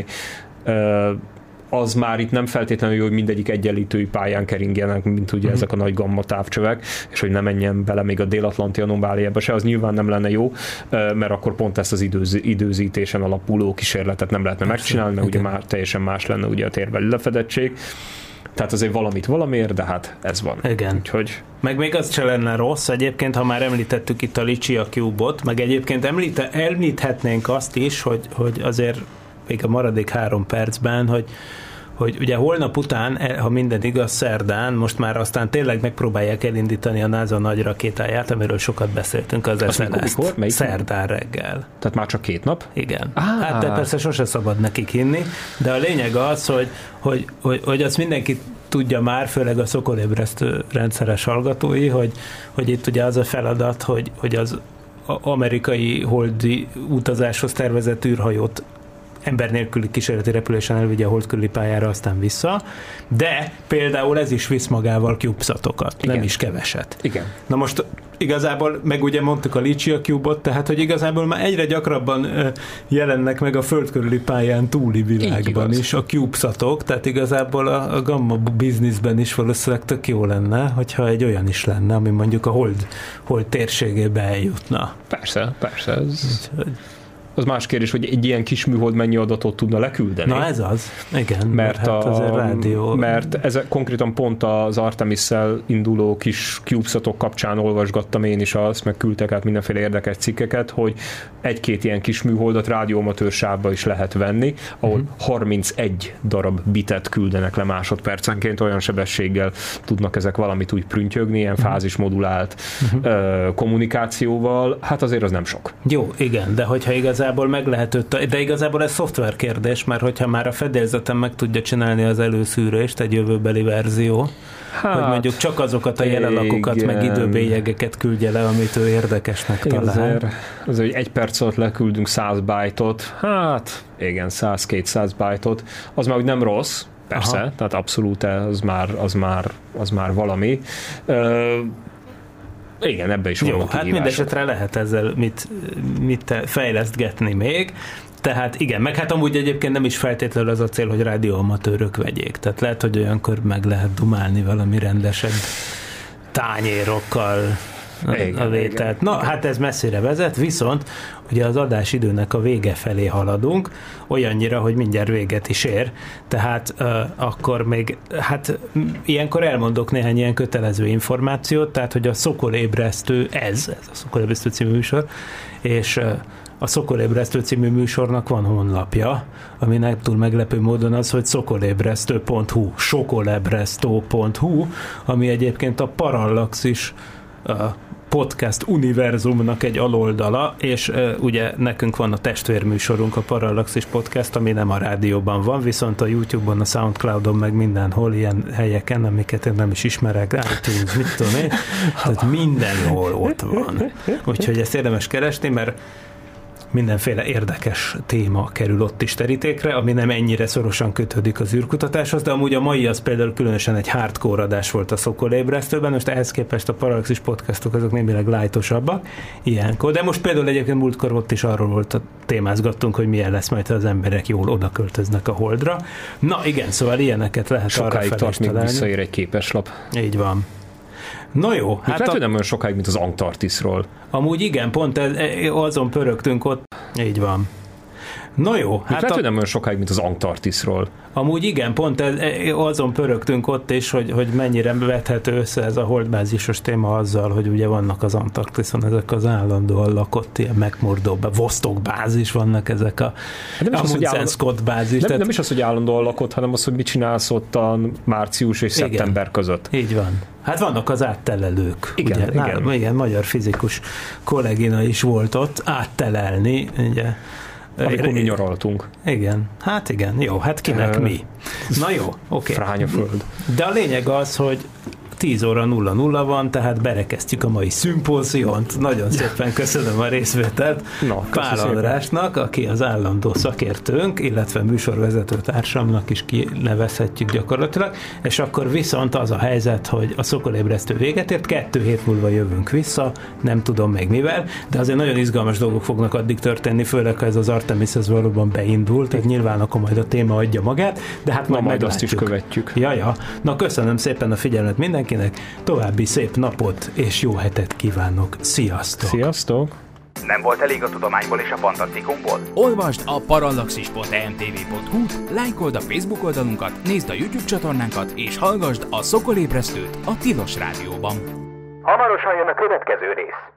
F: Az már itt nem feltétlenül jó, hogy mindegyik egyenlítői pályán keringjenek, mint ugye uh-huh. ezek a nagy gamma távcsövek, és hogy ne menjen bele még a dél-atlanti anomáliába se, az nyilván nem lenne jó, mert akkor pont ezt az időz, időzítésen alapuló kísérletet nem lehetne megcsinálni, mert ugye már teljesen más lenne ugye a térbeli lefedettség. Tehát azért valamit valamiért, de hát ez van.
E: Igen.
F: Úgyhogy...
E: Meg még az se lenne rossz egyébként, ha már említettük itt a Lichia Cube-ot, meg egyébként említe, említhetnénk azt is, hogy, hogy azért még a maradék három percben, hogy hogy ugye holnap után, ha minden igaz, szerdán, most már aztán tényleg megpróbálják elindítani a NASA nagy rakétáját, amiről sokat beszéltünk, az es el es-t. Szerdán reggel.
F: Tehát már csak két nap?
E: Igen. Ah. Hát de persze sose szabad nekik hinni, de a lényeg az, hogy, hogy, hogy, hogy azt mindenki tudja már, főleg a szokolébresztő rendszeres hallgatói, hogy, hogy itt ugye az a feladat, hogy, hogy az amerikai holdi utazáshoz tervezett űrhajót ember nélküli kísérleti repülésen elvigye a hold körüli pályára, aztán vissza, de például ez is visz magával CubeSatokat, nem is keveset.
F: Igen.
E: Na most igazából, meg ugye mondtuk a Lichia Cube-ot, tehát hogy igazából már egyre gyakrabban ö, jelennek meg a föld körüli pályán túli világban is a CubeSatok, tehát igazából a, a gamma bizniszben is valószínűleg tök jó lenne, hogyha egy olyan is lenne, ami mondjuk a hold, hold térségébe eljutna.
F: Persze, persze. Ez... Az más kérdés, hogy egy ilyen kis műhold mennyi adatot tudna leküldeni.
E: Na ez az, igen.
F: Mert,
E: hát
F: a,
E: rádió...
F: mert ez konkrétan pont az Artemis-szel induló kis CubeSatok kapcsán olvasgattam én is azt, meg küldtek át mindenféle érdekes cikkeket, hogy egy-két ilyen kis műholdat rádióamatőr sávba is lehet venni, ahol uh-huh. harmincegy darab bitet küldenek le másodpercenként, olyan sebességgel tudnak ezek valamit úgy prüntjögni, ilyen uh-huh. fázismodulált uh-huh. uh, kommunikációval. Hát azért az nem sok.
E: Jó, igen, de hogyha igazán igazából meg lehet őt, de igazából ez szoftver kérdés, mert hogyha már a fedélzeten meg tudja csinálni az előszűrést egy jövőbeli verzió, hát, hogy mondjuk csak azokat a jelenlakokat, meg időbélyegeket küldje le, amit ő érdekesnek talál.
F: Azért, azért, hogy egy perc alatt leküldünk száz bájtot, hát igen, száz-kétszáz bájtot, az már úgy nem rossz, persze, aha. tehát abszolút az már, az már, az már valami. Ö, Igen, ebbe is
E: jó, hát mindesetre lehet ezzel mit, mit fejlesztgetni még, tehát igen, meg hát amúgy egyébként nem is feltétlenül az a cél, hogy rádióamatőrök vegyék, tehát lehet, hogy olyankor meg lehet dumálni valami rendesebb tányérokkal a, a vételt. Na, hát ez messzire vezet, viszont ugye az adásidőnek a vége felé haladunk, olyannyira, hogy mindjárt véget is ér, tehát uh, akkor még, hát ilyenkor elmondok néhány ilyen kötelező információt, tehát, hogy a Szokolébresztő, ez, ez a Szokolébresztő című műsor, és uh, a Szokolébresztő című műsornak van honlapja, aminek túl meglepő módon az, hogy szokolébresztő pont hu, sokolebresztő pont hu, ami egyébként a Parallaxis uh, podcast univerzumnak egy aloldala, és uh, ugye nekünk van a testvérműsorunk, a Parallaxis Podcast, ami nem a rádióban van, viszont a YouTube-on, a Soundcloud-on, meg mindenhol ilyen helyeken, amiket én nem is ismerek, iTunes, mit tudom én, tehát mindenhol ott van. Úgyhogy ezt érdemes keresni, mert mindenféle érdekes téma kerül ott is terítékre, ami nem ennyire szorosan kötődik az űrkutatáshoz, de amúgy a mai az például különösen egy hardcore adás volt a Szokolébresztőben, most ehhez képest a Parallaxis podcastok azok némileg lightosabbak ilyenkor, de most például egyébként múltkor ott is arról volt a témázgattunk, hogy milyen lesz majd, ha az emberek jól oda költöznek a Holdra. Na igen, szóval ilyeneket lehet
F: sokáig
E: arra
F: tart, még visszaér egy képeslap.
E: Így van. No jó.
F: Hát lehet, a... hogy nem olyan sokáig, mint az Antarktiszról.
E: Amúgy igen, pont azon pörögtünk ott. Így van. Na jó.
F: Hát lehet, a... hogy nem olyan sokáig, mint az Antarktiszról.
E: Amúgy igen, pont ez, azon pörögtünk ott is, hogy, hogy mennyire vethető össze ez a holdbázisos téma azzal, hogy ugye vannak az Antarktiszon ezek az állandóan lakott ilyen megmordó, Vostok bázis, vannak ezek a
F: hát nem
E: Amundsen állandó... Scott bázis.
F: Nem,
E: tehát...
F: nem is az, hogy állandóan lakott, hanem az, hogy mit csinálsz ott a március és igen, szeptember között.
E: Így van. Hát vannak az áttelelők.
F: Igen,
E: ugye,
F: igen.
E: Nálam, igen, magyar fizikus kollégina is volt ott áttelelni, ugye.
F: Amikor mi nyaraltunk.
E: Igen, hát igen, jó, hát kinek uh, mi. Na jó, oké. Okay.
F: Fránya föld.
E: De a lényeg az, hogy tíz óra nulla nulla van, tehát berekeztjük a mai szimpóziont. Nagyon szépen köszönöm a részvételt Pál Andrásnak, aki az állandó szakértőnk, illetve műsorvezető társamnak is kinevezhetjük gyakorlatilag, és akkor viszont az a helyzet, hogy a Szokolébresztő véget ért, kettő hét múlva jövünk vissza, nem tudom még mivel, de azért nagyon izgalmas dolgok fognak addig történni, főleg ha ez az Artemis ez valóban beindul, tehát nyilván akkor majd a téma adja magát, de hát majd, majd azt is
F: követjük.
E: Ja, ja. Na köszönöm szépen a figyelmet mindenkinek, további szép napot és jó hetet kívánok. Sziasztok!
F: Sziasztok!
B: Nem volt elég a tudományból és a fantasztikumból?
A: Olvasd a parallaxis pont e m t v pont h u-t, lájkold a Facebook oldalunkat, nézd a YouTube csatornánkat és hallgasd a Szokolébresztőt a Tilos Rádióban.
B: Hamarosan jön a következő rész.